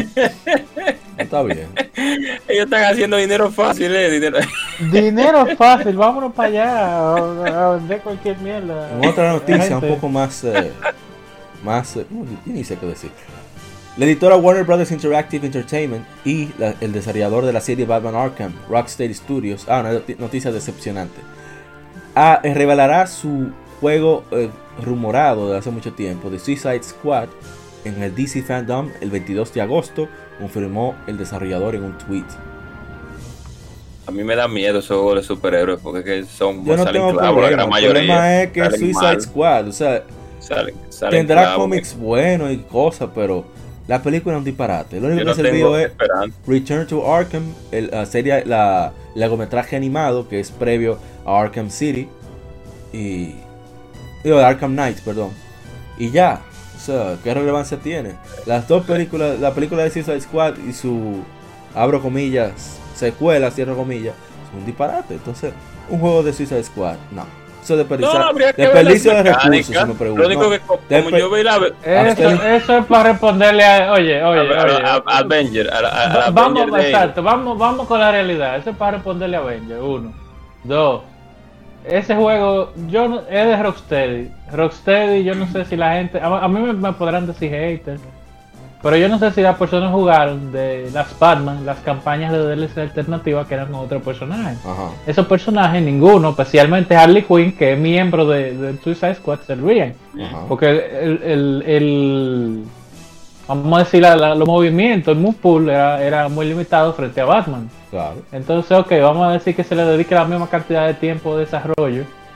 Está bien. Ellos están haciendo dinero fácil, eh. Dinero, dinero fácil, vámonos para allá a, a vender cualquier mierda. En otra noticia, un poco más. Eh, más. Eh, yo ni sé qué decir. La editora Warner Brothers Interactive Entertainment y la, el desarrollador de la serie Batman Arkham, Rocksteady Studios. Ah, una noticia decepcionante. Ah, revelará su juego eh, rumorado de hace mucho tiempo, de Suicide Squad, en el D C Fandom el veintidós de agosto, confirmó el desarrollador en un tweet. A mí me da miedo esos juegos de superhéroes porque que son Yo no tengo clavos, problema. la gran mayoría. El problema es que es Suicide mal. Squad, o sea, salen, salen tendrá clavos. cómics buenos y cosas, pero la película es un disparate. Lo único Yo que no se vio es esperanza. Return to Arkham, el, la serie, la, el largometraje animado que es previo a Arkham City y digo, Arkham Knight, perdón. Y ya, o sea, ¿qué relevancia tiene? Las dos películas, la película de Suicide Squad y su, abro comillas, secuela, cierro comillas, son un disparate. Entonces, un juego de Suicide Squad, no. Eso es desperdiciar, no, desperdicio de recursos, si me pregunto. Lo único que, como Desper- yo veo la... Eso, eso es para responderle a... Oye, oye, a, oye. A, a, Avenger, a, a, a vamos, Avenger exacto, vamos, vamos con la realidad. Eso es para responderle a Avenger, uno. Dos. Ese juego yo no, es de Rocksteady. Rocksteady, yo no sé si la gente... A, a mí me, me podrán decir haters, pero yo no sé si las personas jugaron de las Batman, las campañas de D L C alternativas que eran otros personajes. Ajá. Esos personajes, ninguno, especialmente Harley Quinn, que es miembro de, de Suicide Squad, servían. Ajá. Porque el, el, el... Vamos a decir, la, la, los movimientos, el move pool era, era muy limitado frente a Batman. Claro. Entonces, ok, vamos a decir que se le dedique la misma cantidad de tiempo de desarrollo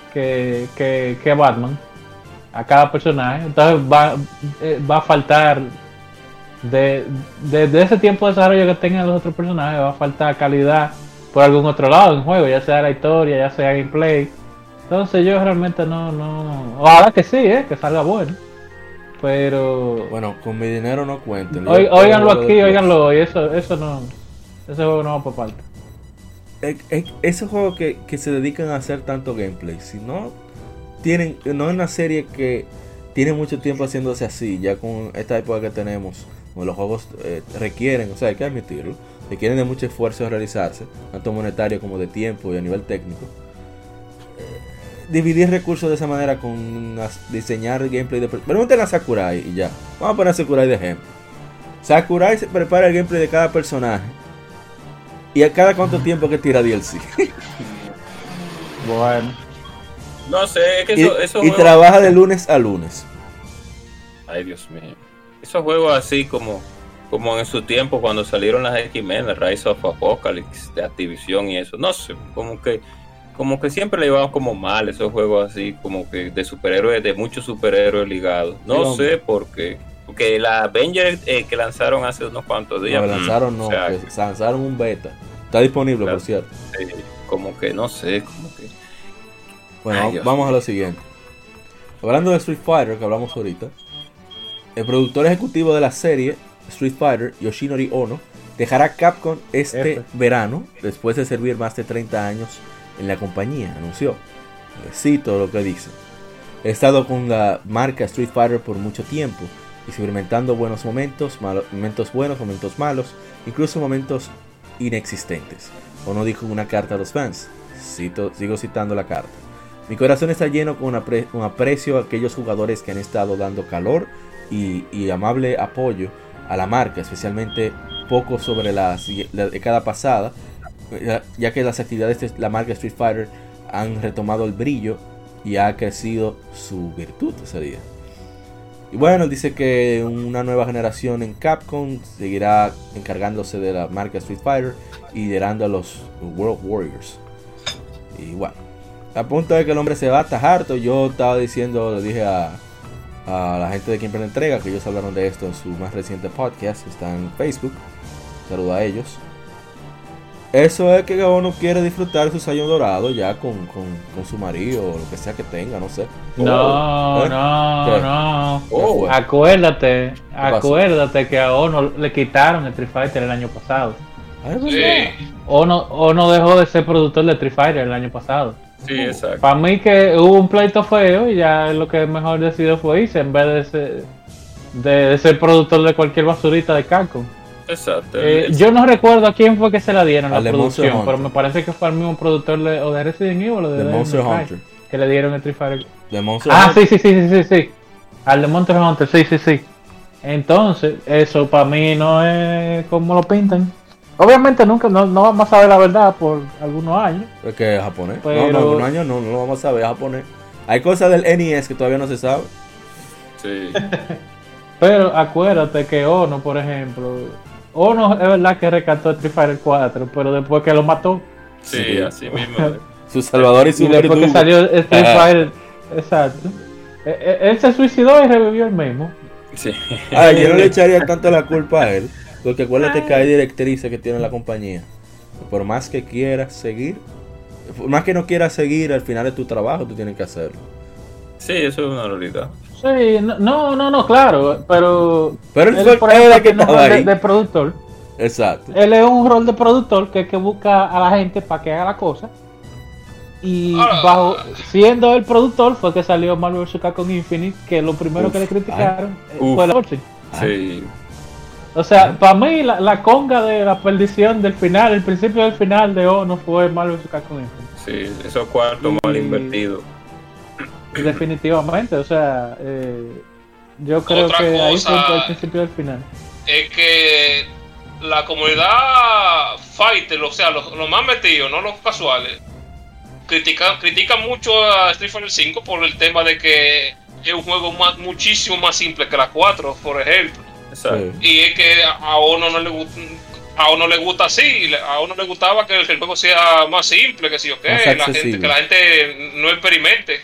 que, que, que Batman a cada personaje. Entonces va, eh, va a faltar de, de, de ese tiempo de desarrollo que tengan los otros personajes, va a faltar calidad por algún otro lado en juego, ya sea la historia, ya sea gameplay. Entonces yo realmente no, no, ojalá que sí, eh, que salga bueno. Pero bueno, con mi dinero no cuenten. Óiganlo aquí, óiganlo hoy, eso, eso no, ese juego no va por parte. Es, es, esos juegos que, que se dedican a hacer tanto gameplay, si no tienen, no es una serie que tiene mucho tiempo haciéndose así, ya con esta época que tenemos, donde los juegos eh, requieren, o sea, hay que admitirlo, requieren de mucho esfuerzo de realizarse, tanto monetario como de tiempo y a nivel técnico. Dividir recursos de esa manera con una, diseñar gameplay de... Pregúntenle a Sakurai y ya. Vamos a poner a Sakurai de ejemplo. Sakurai se prepara el gameplay de cada personaje. ¿Y a cada cuánto tiempo que tira D L C? Bueno. No sé, es que eso, y, esos y juegos... trabaja de lunes a lunes. Ay, Dios mío. Esos juegos así como, como en su tiempo cuando salieron las X-Men, la Rise of Apocalypse de Activision y eso. No sé, como que... Como que siempre le llevamos como mal esos juegos así, como que de superhéroes, de muchos superhéroes ligados. No sí, sé por qué. Porque la Avengers eh, que lanzaron hace unos cuantos días. No, lanzaron no, o sea, que lanzaron un beta. Está disponible, claro, por cierto. Sí, como que no sé, como que... Bueno, Ay, vamos mío. a lo siguiente. Hablando de Street Fighter, que hablamos ahorita. El productor ejecutivo de la serie, Street Fighter, Yoshinori Ono, dejará Capcom este F. verano, después de servir más de treinta años en la compañía, anunció. Cito lo que dice: he estado con la marca Street Fighter por mucho tiempo, experimentando buenos momentos, malos, momentos buenos, momentos malos, incluso momentos inexistentes. Ono dijo en una carta a los fans. Cito, sigo citando la carta: mi corazón está lleno con una apre- un aprecio a aquellos jugadores que han estado dando calor y, y amable apoyo a la marca, especialmente poco sobre la, la década pasada, ya que las actividades de la marca Street Fighter han retomado el brillo y ha crecido su virtud ese día. Y bueno, dice que una nueva generación en Capcom seguirá encargándose de la marca Street Fighter y liderando a los World Warriors. Y bueno, a punto de que el hombre se va, está harto. Yo estaba diciendo, le dije a, a la gente de Quien Prende Entrega, que ellos hablaron de esto en su más reciente podcast, está en Facebook. Saludo a ellos. Eso es que uno quiere disfrutar su sueño dorado ya con, con, con su marido o lo que sea que tenga, no sé. No, ¿Eh? no, ¿Qué? no. Oh. Acuérdate, acuérdate que a Ono le quitaron el Street Fighter el año pasado. Sí. Ono, Ono dejó de ser productor de Street Fighter el año pasado. Sí, exacto. Para mí que hubo un pleito feo y ya lo que mejor decidió fue irse en vez de ser, de, de ser productor de cualquier basurita de Capcom. Exacto. Eh, yo no recuerdo a quién fue que se la dieron la producción, pero me parece que fue al mismo productor de, o de Resident Evil o de, de Monster Hunter que le dieron el Street Fighter. De Monster ah, Hunter. sí, sí, sí, sí, sí, sí. Al de Monster Hunter, sí, sí, sí. Entonces, eso para mí no es como lo pintan. Obviamente nunca, no, no vamos a saber la verdad por algunos años. Es que es japonés. Pero... No, no, algunos años no, no lo vamos a saber, es japonés. Hay cosas del N E S que todavía no se sabe. Sí. Pero acuérdate que Ono, por ejemplo, Ono es verdad que rescató Street Fighter cuatro, pero después que lo mató. Sí, sí. Así mismo. Su salvador y su y después verdugo. que salió Street Fighter, exacto. Él se suicidó y revivió el mismo. Sí. Ah, yo no le echaría tanto la culpa a él, porque acuérdate que hay directrices que tiene la compañía. Por más que quieras seguir, por más que no quieras seguir, al final de tu trabajo tú tienes que hacerlo. Sí, eso es una realidad. Sí, no, no, no, claro, pero... Pero él, él fue por ejemplo, el que estaba ahí. De, de productor. Exacto. Él es un rol de productor que, que busca a la gente para que haga la cosa. Y ah. bajo siendo el productor fue que salió Marvel versus. Capcom Infinite, que lo primero uf, que le criticaron ay, fue la outsourcing. Sí. O sea, para mí la, la conga de la perdición del final, el principio del final de Ono fue Marvel versus. Capcom Infinite. Sí, esos cuartos mal invertidos. Definitivamente, o sea, eh, yo creo Otra que ahí cosa fue el principio del final. Es que la comunidad fighter, o sea, los, los más metidos, no los casuales, critican critican mucho a Street Fighter cinco por el tema de que es un juego más, muchísimo más simple que la cuatro, por ejemplo. Exacto. Y es que a Ono no le gusta, a uno le gusta así, a uno le gustaba que el, que el juego sea más simple, que sí o qué, la gente, que la gente no experimente.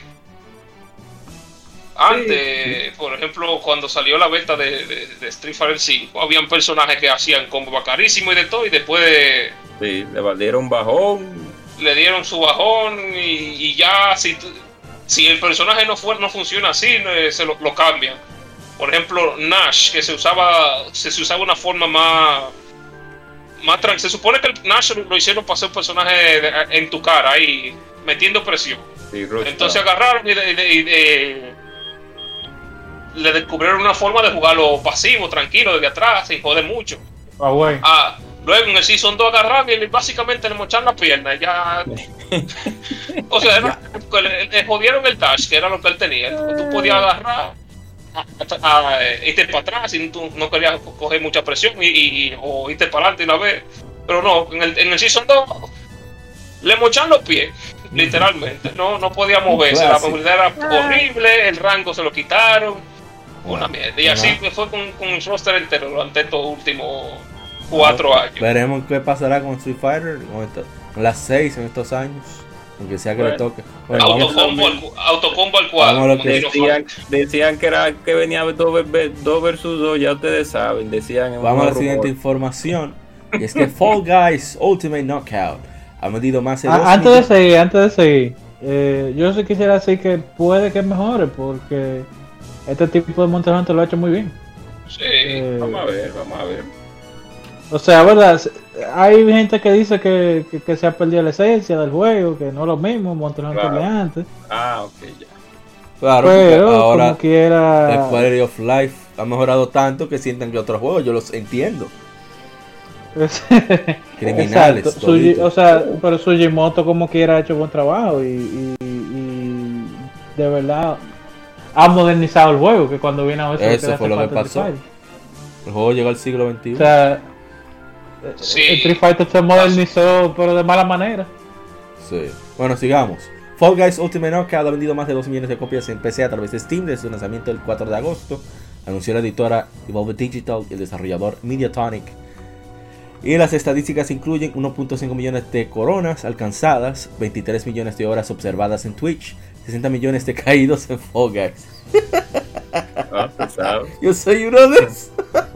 Antes, sí. Por ejemplo, cuando salió la beta de, de, de Street Fighter cinco, habían personajes que hacían combos carísimos y de todo, y después de... Sí, le dieron bajón. Le dieron su bajón y, y ya, si, si el personaje no, fue, no funciona así, se lo, lo cambian. Por ejemplo, Nash, que se usaba se, se usaba una forma más... más trans, se supone que el Nash lo hicieron para ser un personaje de, en tu cara, ahí, metiendo presión. Sí, entonces agarraron y... De, y de, y de, le descubrieron una forma de jugarlo pasivo, tranquilo, desde atrás, sin joder mucho. Ah, bueno. Ah, luego en el Season dos agarraron y básicamente le mocharon las piernas. Ya... o sea, era, le, le jodieron el dash, que era lo que él tenía. Tú podías agarrar, a, a, a, irte para atrás y tú no querías coger mucha presión y, y, o irte para adelante una vez. Pero no, en el, en el Season dos le mocharon los pies. Literalmente. No, no podía moverse. La movilidad era horrible, el rango se lo quitaron. Una mierda. Y así no. Fue con, con el roster entero durante estos últimos cuatro no, años. Veremos qué pasará con Street Fighter, con, esto, con las seis en estos años. Aunque sea que bueno, le toque. Bueno, autocombo, al, autocombo al cuadro. Que decían, decían que era que venía dos versus dos, ya ustedes saben. Decían vamos a la siguiente información. Y es que Fall Guys Ultimate Knockout ha medido más de ah, Antes millones. de seguir, antes de seguir. Eh, yo sí quisiera decir que puede que mejore porque este tipo de Monster Hunter lo ha hecho muy bien. Sí, eh, vamos a ver, vamos a ver. O sea, verdad, hay gente que dice que, que, que se ha perdido la esencia del juego, que no es lo mismo Monster Hunter claro. de antes. Ah, ok, ya. Claro, pero ahora como quiera... el Quality of Life ha mejorado tanto que sientan que otros juegos, yo los entiendo. Criminales. Suji, o sea, pero Sugimoto como quiera ha hecho buen trabajo y, y, y de verdad... ha modernizado el juego, que cuando viene a ver eso, eso fue lo que pasó. El juego llegó al siglo veintiuno. O sea, sí. El Street Fighter se modernizó, pero de mala manera. Sí. Bueno, sigamos. Fall Guys Ultimate Knockout ha vendido más de dos millones de copias en P C a través de Steam desde su lanzamiento el cuatro de agosto. Anunció la editora Evolve Digital y el desarrollador Mediatonic. Y las estadísticas incluyen uno punto cinco millones de coronas alcanzadas, veintitrés millones de horas observadas en Twitch, sesenta millones de caídos en Fall Guys. Ah, pesado. Yo soy uno de esos.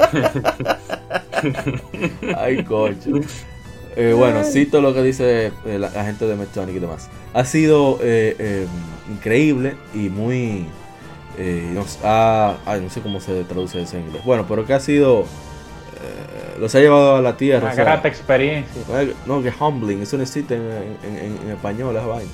Ay, coche. Eh, bueno, cito lo que dice eh, la, la gente de Medtronic y demás. Ha sido eh, eh, increíble y muy... Eh, nos ha, ay, no sé cómo se traduce eso en inglés. Bueno, pero que ha sido... Eh, los ha llevado a la tierra. Una o sea, grata experiencia. No, que humbling. Eso no existe en, en, en, en español, esa vaina.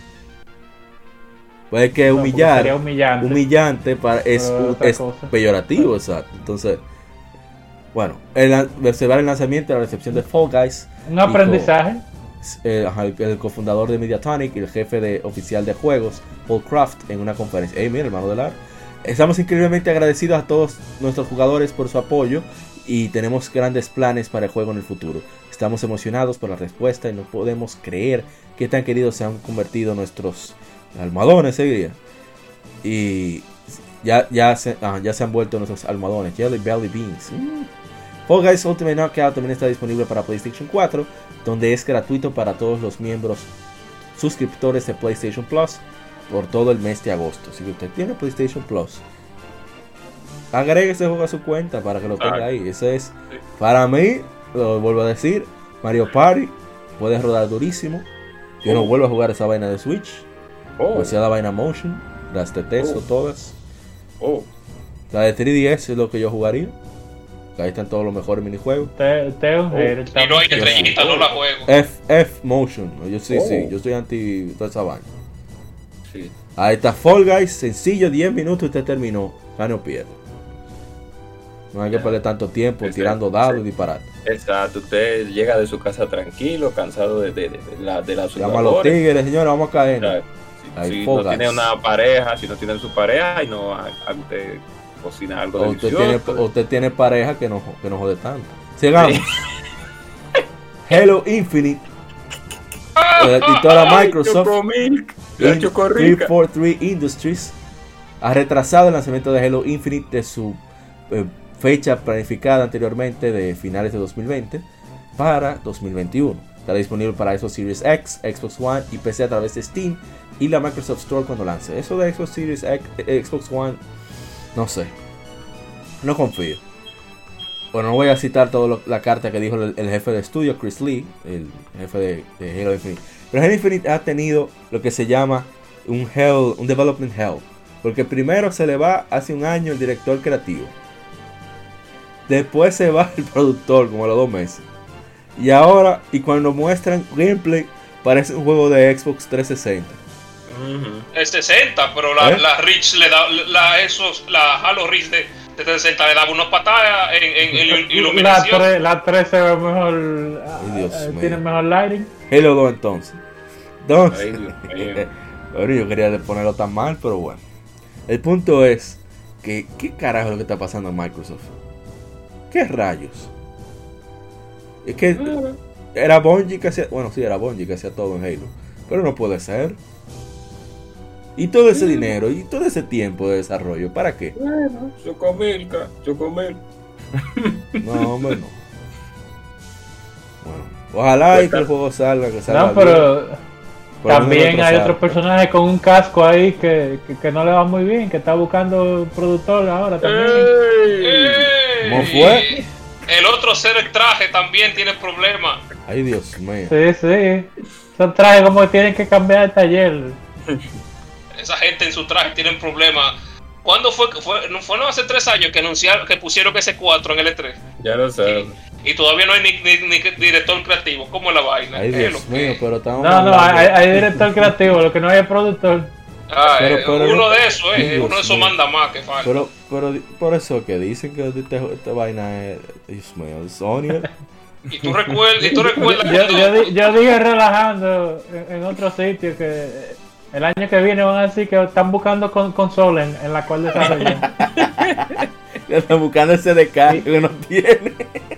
Pues que no, humillar, humillante, humillante para, es, es peyorativo, ¿no? Exacto. Entonces, bueno, el, observar el lanzamiento y la recepción de Fall Guys. Un aprendizaje. Eh, el, el cofundador de Mediatonic y el jefe de, oficial de juegos, Paul Craft, en una conferencia. Hey, mira, hermano de Lar. Estamos increíblemente agradecidos a todos nuestros jugadores por su apoyo y tenemos grandes planes para el juego en el futuro. Estamos emocionados por la respuesta y no podemos creer qué tan queridos se han convertido nuestros almohadones, seguiría. Y ya, ya, se, ah, ya se han vuelto nuestros almohadones, Jelly Belly Beans. Mm. Fall Guys Ultimate Knockout también está disponible para PlayStation cuatro, donde es gratuito para todos los miembros suscriptores de PlayStation Plus por todo el mes de agosto. Si usted tiene PlayStation Plus, agregue ese juego a su cuenta para que lo tenga ahí. Eso es, para mí, lo vuelvo a decir, Mario Party puede rodar durísimo. Yo no vuelvo a jugar esa vaina de Switch. Oh. Pues sea la vaina Motion, las de Teso, oh. todas. Oh. La de tres D S es lo que yo jugaría. Ahí están todos los mejores minijuegos. Te, te, oh. Y no hay estrellita, no la juego. F, F Motion. Yo sí, oh. sí, yo soy anti toda esa vaina. Sí. Ahí está Fall Guys, sencillo, diez minutos y usted terminó. Gane o pierde. No hay que perder tanto tiempo Exacto. tirando dados y disparar. Exacto, usted llega de su casa tranquilo, cansado de, de, de, de la de la llama a los tigres, señores, vamos a caer. Exacto. Si, si no tiene una pareja, si no tiene su pareja y no a, a usted cocina algo o delicioso. Usted tiene, usted tiene pareja que no, que no jode tanto. Sigamos. Sí. Halo Infinite. La editora Microsoft trescientos cuarenta y tres Industries ha retrasado el lanzamiento de Halo Infinite de su eh, fecha planificada anteriormente de finales de dos mil veinte. para dos mil veintiuno. Estará disponible para Xbox Series X, Xbox One y P C a través de Steam y la Microsoft Store cuando lance. Eso de Xbox Series X, Xbox One, no sé. No confío. Bueno, no voy a citar toda la carta que dijo el, el jefe de estudio, Chris Lee, el jefe de, de Halo Infinite. Pero Halo Infinite ha tenido lo que se llama un hell, un development hell. Porque primero se le va hace un año el director creativo. Después se va el productor como a los dos meses. Y ahora, y cuando muestran gameplay, parece un juego de Xbox trescientos sesenta. Uh-huh. El sesenta, pero la, ¿Eh? la Reach le da, la, esos, la Halo Reach de, de trescientos sesenta le daba unas patadas en, en, en iluminación. La tres se ve mejor, Ay, Dios uh, tiene mejor lighting. Halo dos entonces. Entonces, Ay, bueno, yo quería ponerlo tan mal, pero bueno. El punto es que, ¿qué carajo es lo que está pasando en Microsoft? ¿Qué rayos? Es que era Bungie que hacía... Bueno, sí, era Bungie que hacía todo en Halo. Pero no puede ser. Y todo ese dinero y todo ese tiempo de desarrollo, ¿para qué? Bueno, Chocomilka, Chocomil. No, hombre, no. Bueno, ojalá y que el juego salga, que salga No, pero... bien. Por También hay otros personajes con un casco ahí que, que, que no le va muy bien, que está buscando productor ahora también. ¡Ey! ¡Ey! ¿Cómo fue? El otro ser el traje también tiene problemas. Ay, Dios mío. Sí, sí. Son trajes como que tienen que cambiar el taller. Esa gente en su traje tienen problemas. ¿Cuándo fue? fue no fue no hace tres años que anunciaron que pusieron ese cuatro en el E tres. Ya lo sé. Y, y todavía no hay ni, ni, ni director creativo. ¿Cómo es la vaina? Ay, Dios mío, que... pero estamos No, no, hay, hay director creativo, lo que no hay es productor. Ah, pero, eh, pero, uno de esos, eh, Dios uno de esos mío. manda más que falta. Pero, pero por eso que dicen que esta, esta vaina es, Dios mío, es Sony. Y tú recuerdas, y tú recuerdas Yo, cuando... yo, yo dije relajando en, en otro sitio que el año que viene van a decir que están buscando con, consola en, en la cual desarrollan. Están buscando ese D K que no tiene.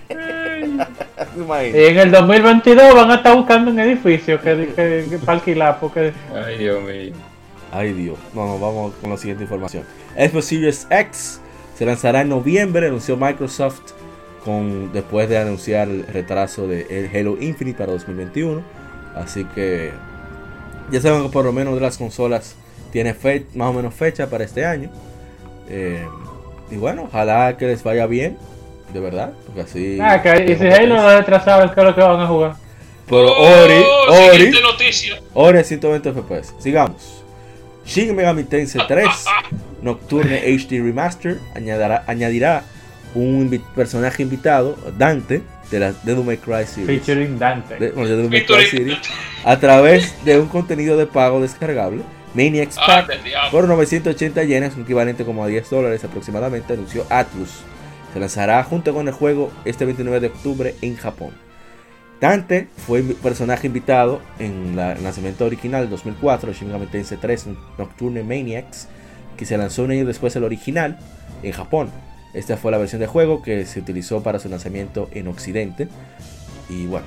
Y en el dos mil veintidós van a estar buscando un edificio que, que, que para alquilar porque... Ay, Dios mío. Ay, Dios. No, no, vamos con la siguiente información. Xbox Series X se lanzará en noviembre, anunció Microsoft con después de anunciar el retraso de el Halo Infinite para dos mil veintiuno. Así que ya saben que por lo menos de las consolas tiene fe, más o menos fecha para este año. Eh, y bueno, ojalá que les vaya bien, de verdad, porque así... Ah, que, y si Halo lo retrasado, ¿qué es lo que van a jugar? Pero Oh, Ori, Ori, siguiente noticia. Ori a ciento veinte F P S. Sigamos. Shin Megami Tensei tres Nocturne H D Remaster añadirá, añadirá un invi- personaje invitado, Dante, de la Devil May Cry series. Featuring Dante. De, bueno, de Devil May Cry Featuring series, Dante. a través de un contenido de pago descargable, Maniacs Ah, Pack, del diablo. por novecientos ochenta yenes, un equivalente como a diez dólares aproximadamente, anunció Atlus. Se lanzará junto con el juego este veintinueve de octubre en Japón. Dante fue un personaje invitado en la, el lanzamiento original del dos mil cuatro, Shin Megami Tensei tres Nocturne Maniacs, que se lanzó un año después el original en Japón. Esta fue la versión de juego que se utilizó para su lanzamiento en Occidente. Y bueno,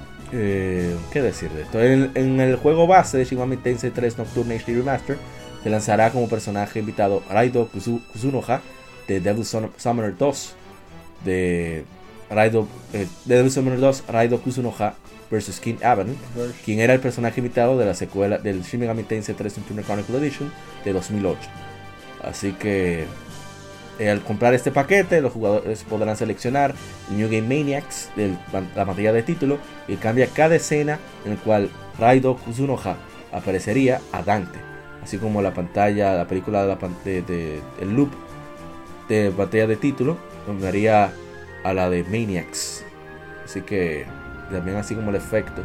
eh, ¿qué decir de esto? En, en el juego base de Shin Megami Tensei tres Nocturne H D Remaster se lanzará como personaje invitado Raido Kuzu, Kuzunoha de Devil Summoner dos de Raido, eh, de Devil Summoner dos Raido Kuzunoha versus King Abaddon, quien era el personaje invitado de la secuela del Shin Megami Tensei tres Nocturne Chronicle Edition de dos mil ocho. Así que eh, al comprar este paquete, los jugadores podrán seleccionar New Game Maniacs de la pantalla de título y cambia cada escena en el cual Raido Kuzunoha aparecería a Dante, así como la pantalla, la película de la de, de, el loop de pantalla de título cambiaría a la de Maniacs. Así que también así como el efecto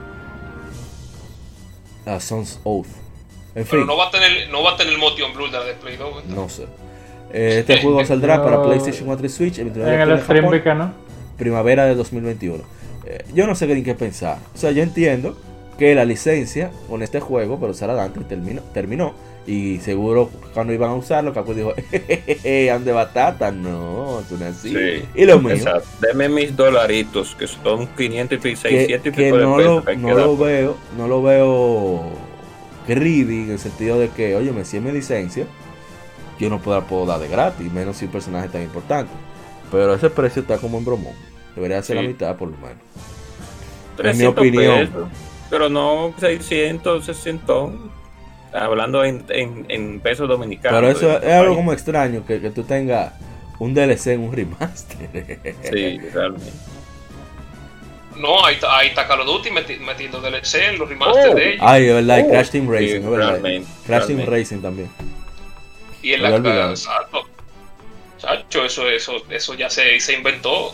a Sun's Oath. En Pero fin, no va a tener, no va a tener el motion blur de la de Play dos. ¿verdad? no sé. Eh, este juego saldrá No. para PlayStation cuatro y Switch el veintinueve de En el octubre en stream Japón, ¿no? primavera de dos mil veintiuno. Eh, yo no sé qué ni qué pensar. O sea, yo entiendo que la licencia con este juego para usar a Dante terminó, terminó. Y seguro cuando iban a usarlo, Capcom dijo, jejeje, ande batata. No, eso no es así. Sí, y lo mío, exacto. Deme mis dolaritos, que son quinientos y que, seiscientos y que pico de no, pesos. lo, que hay que no dar. lo veo, no lo veo greedy en el sentido de que, oye, me si es mi licencia, yo no puedo, puedo dar de gratis, menos si un personaje tan importante. Pero ese precio está como en bromón. Debería ser Sí. la mitad por lo menos. en mi opinión. Pesos, pero no seiscientos, seiscientos, hablando en, en, en pesos dominicanos. Pero eso es algo como extraño, que, que tú tengas un D L C en un remaster. Sí, realmente. No, ahí está, ahí está Call of Duty meti, metiendo D L C en los remasters oh, de ellos. Ay, es verdad, y oh, Crash Team Racing, sí, es verdad. realmente, Crash Team realmente. Racing también. Y en la exacto. Chacho, eso, eso, eso ya se, se inventó.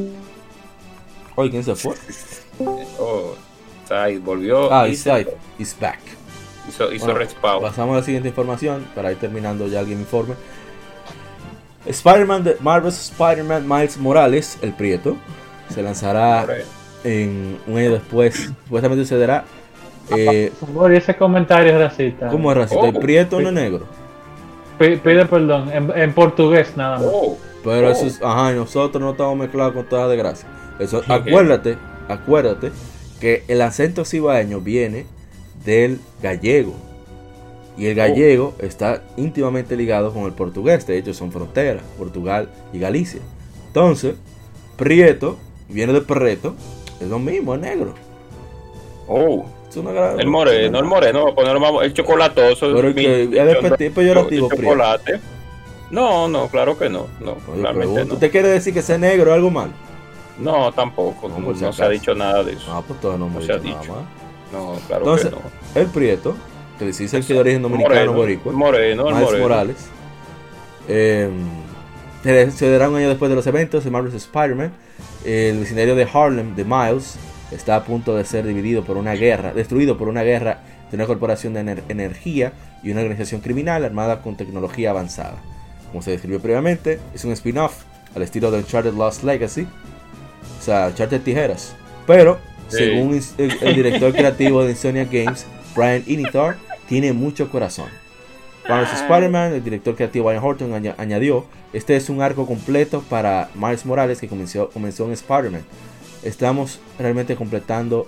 Oye, ¿quién se fue? Oh, Side volvió. Ah, y Side is back. Hizo, hizo bueno, respawn. Pasamos a la siguiente información para ir terminando ya alguien informe. Spider-Man de Marvel's Spider-Man Miles Morales, el Prieto, se lanzará en un año después. Supuestamente sucederá. Eh, Por favor, y ese comentario es racista. ¿Cómo es racista? Oh, ¿El Prieto no es negro? Pide perdón, en, en portugués nada más. Oh, Pero oh. eso es, ajá, y nosotros no estamos mezclados con toda desgracia. Eso, Okay. acuérdate, acuérdate que el acento cibaeño viene del gallego. Y el gallego oh. está íntimamente ligado con el portugués. De hecho, son fronteras, Portugal y Galicia. Entonces, Prieto viene de Preto, es lo mismo, es negro. Oh. Es una gran, el moreno, el moreno, va a poner el chocolatoso. Pero el que es de peyorativo, el chocolate. No, no, claro que no. No, Oye, realmente no. ¿Usted quiere decir que ser negro es algo mal? No, tampoco. No, no, no se ha dicho nada de eso. Ah, pues todo no me no ha se ha dicho dicho. nada más. No, claro Entonces, que no. El Prieto, que dice el que de origen dominicano moreno, boricua, moreno, Miles moreno. Morales, eh, se, se dará un año después de los eventos de Marvel's Spider-Man. El vecindario de Harlem de Miles está a punto de ser dividido por una guerra, destruido por una guerra de una corporación de ener- energía y una organización criminal armada con tecnología avanzada. Como se describió previamente, es un spin-off al estilo de Uncharted Lost Legacy, o sea, Uncharted Tijeras, pero sí. según el, el director creativo de Insomniac Games, Brian Initar, tiene mucho corazón. Marvel's Spider-Man, el director creativo Ian Horton añ- añadió, este es un arco completo para Miles Morales que comenzó, comenzó en Spider-Man. Estamos realmente completando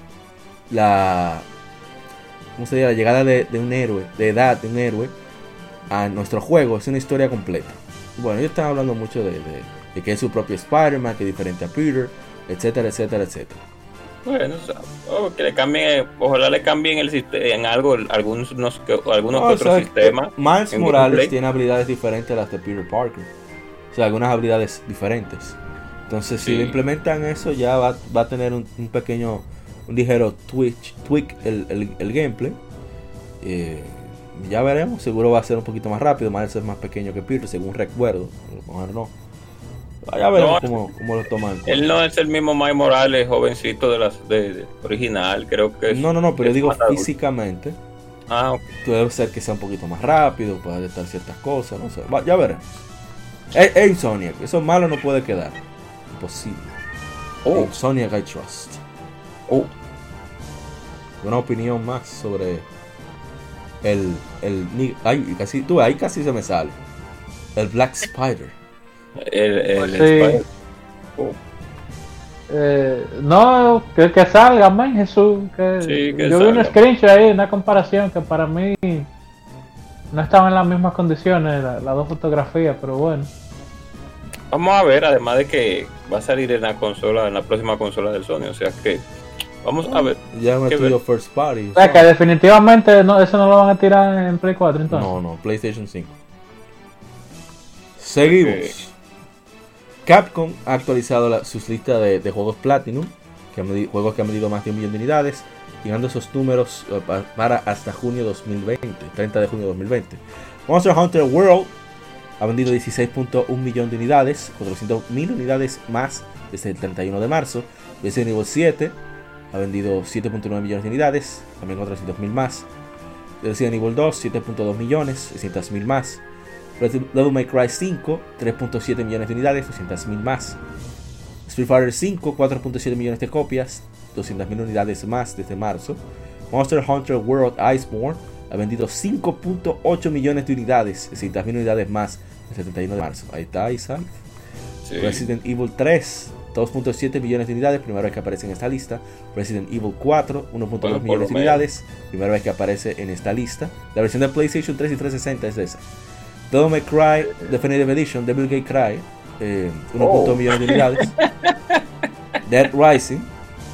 la, ¿cómo se dice? La llegada de, de un héroe, de edad de un héroe a nuestro juego. Es una historia completa. Bueno, ellos están hablando mucho de, de, de que es su propio Spider-Man, que es diferente a Peter, etcétera, etcétera, etcétera. Bueno, o sea, oh, que le cambien, ojalá le cambien el sistema en algo, algunos, unos, que, algunos no, que otros o sea, sistemas. Miles en Morales gameplay. tiene habilidades diferentes a las de Peter Parker. O sea, algunas habilidades diferentes. Entonces, Sí. si lo implementan eso, ya va, va a tener un, un pequeño, un ligero twitch, tweak el, el, el gameplay. Eh, ya veremos, seguro va a ser un poquito más rápido. Miles es más pequeño que Peter, según recuerdo. A lo mejor no. Ya veremos No, cómo, cómo lo toman. Él no es el mismo Miles Morales, jovencito de las de, de original, creo que es. No, no, no, pero yo es digo más adulto. físicamente. Ah, ok. Puede ser que sea un poquito más rápido, puede adaptar ciertas cosas, no sé. Va, ya veremos. Es es Insomniac, eso malo no puede quedar. Imposible. Oh. Insomniac I trust. Oh. Una opinión más sobre el. el ni- ay, casi, tú, ahí casi se me sale. El Black Spider. El, el Sí. Spider- Oh. Eh, no, que, que salga, man, Jesús. Que, Sí, que yo vi un salga. screenshot ahí, una comparación que para mí no estaban en las mismas condiciones la- las dos fotografías, pero bueno. Vamos a ver, además de que va a salir en la consola, en la próxima consola del Sony, o sea que vamos a ver. Ya me Qué estudio ver. First Party. O sea que definitivamente no, eso no lo van a tirar en Play cuatro entonces. No, no, PlayStation cinco. Seguimos. Ok. Capcom ha actualizado la- sus listas de, de juegos Platinum, que ha medi- juegos que han medido más de un millón de unidades, llegando esos números eh, pa- para hasta junio dos mil veinte, treinta de junio dos mil veinte. Monster Hunter World ha vendido dieciséis punto uno millón de unidades, cuatrocientas mil unidades más desde el treinta y uno de marzo. Resident Evil siete ha vendido siete punto nueve millones de unidades, también cuatrocientas mil más. Resident Evil dos, siete punto dos millones, seiscientas mil más. Devil May Cry cinco, tres punto siete millones de unidades, doscientas mil más. Street Fighter cinco, cuatro punto siete millones de copias, doscientas mil unidades más desde marzo. Monster Hunter World Iceborne ha vendido cinco punto ocho millones de unidades, seiscientas mil unidades más desde el treinta y uno de marzo. Ahí está, Isaac. Sí. Resident Evil tres, dos punto siete millones de unidades, primera vez que aparece en esta lista. Resident Evil cuatro, uno punto dos Bueno, por millones de lo unidades, primera vez que aparece en esta lista. La versión de PlayStation tres y trescientos sesenta es esa. Devil May Cry Definitive Edition, Devil May Cry, eh, uno punto dos Oh. millones de unidades. Dead Rising,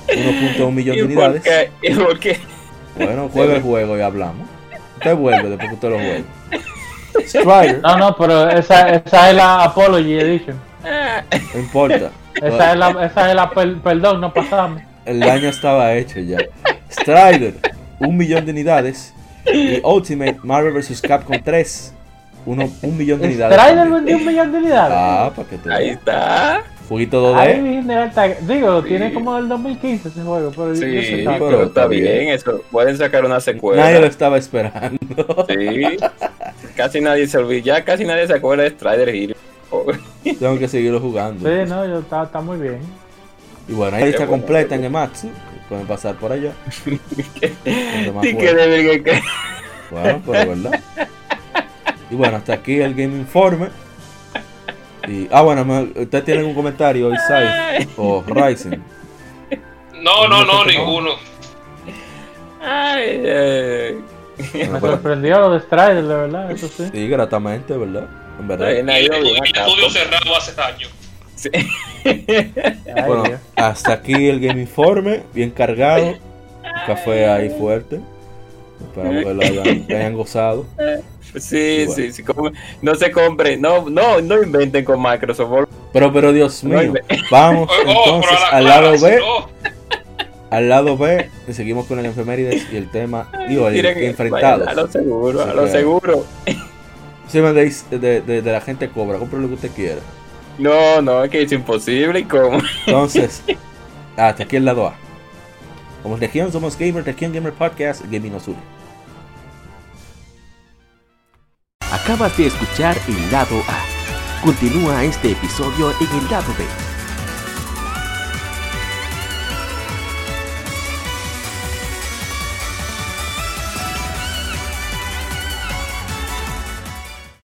uno punto uno millón de unidades. Por qué? ¿Y por qué? Bueno, juega el juego y hablamos. Usted vuelve después que usted lo juegue. Strider. No, no, pero esa, esa es la Apology Edition. No importa. Esa es la, esa es la per, perdón, no pasamos. El daño estaba hecho ya. Strider, un millón de unidades. Y Ultimate Marvel versus. Capcom tres, uno, un millón de unidades. ¿Strider vendió un millón de unidades? Ah, para que te Ahí está. Juguito dos D. Ahí, digo, Sí. tiene como el dos mil quince ese juego. Pero Sí, yo sé que- pero pero está está bien. bien. Eso. Pueden sacar una secuela. Nadie lo estaba esperando. Sí. Casi nadie se olvida. Ya casi nadie se acuerda de Strider Hero. Tengo que seguirlo jugando. Sí, no, yo, está, está muy bien. Y bueno, ahí está Qué bueno, completa qué en Ematsu. Pueden pasar por allá. Los demás Y que juegos. débil que Bueno, pero verdad. Y bueno, hasta aquí el Game Informe. Y, ah, bueno, me- ¿ustedes tienen un comentario, Isai o Ryzen? No, no, no, No, ninguno. Ay, ay. Bueno, Me pero- sorprendió lo de Strider, de verdad, eso sí. sí, gratamente, ¿verdad? En verdad. Bien, ha Y ido el bien acá, estudio pues. cerrado hace años. Sí. Ay, Bueno, Dios. hasta aquí el Game Informe, bien cargado. Un café ahí fuerte. Esperamos que lo hayan, que hayan gozado. Sí, Bueno. sí, sí, como- no se compre, no, no, no inventen con Microsoft. Pero, pero Dios No, mío, inve- vamos Oh, oh, entonces pero a la al clara, lado si B. no, Al lado B, y seguimos con el efemérides y el tema, digo, el Miren, enfrentados. vaya, a lo seguro, a Sí, lo que- seguro. Si me deis de, de, de la gente cobra, compre lo que usted quiera. No, no, es que es imposible. ¿Y cómo? Entonces, hasta aquí el lado A. Como Legión somos Gamer, Legión Gamer Podcast, Gaming nos une. Acabas de escuchar el lado A. Continúa este episodio en el lado B.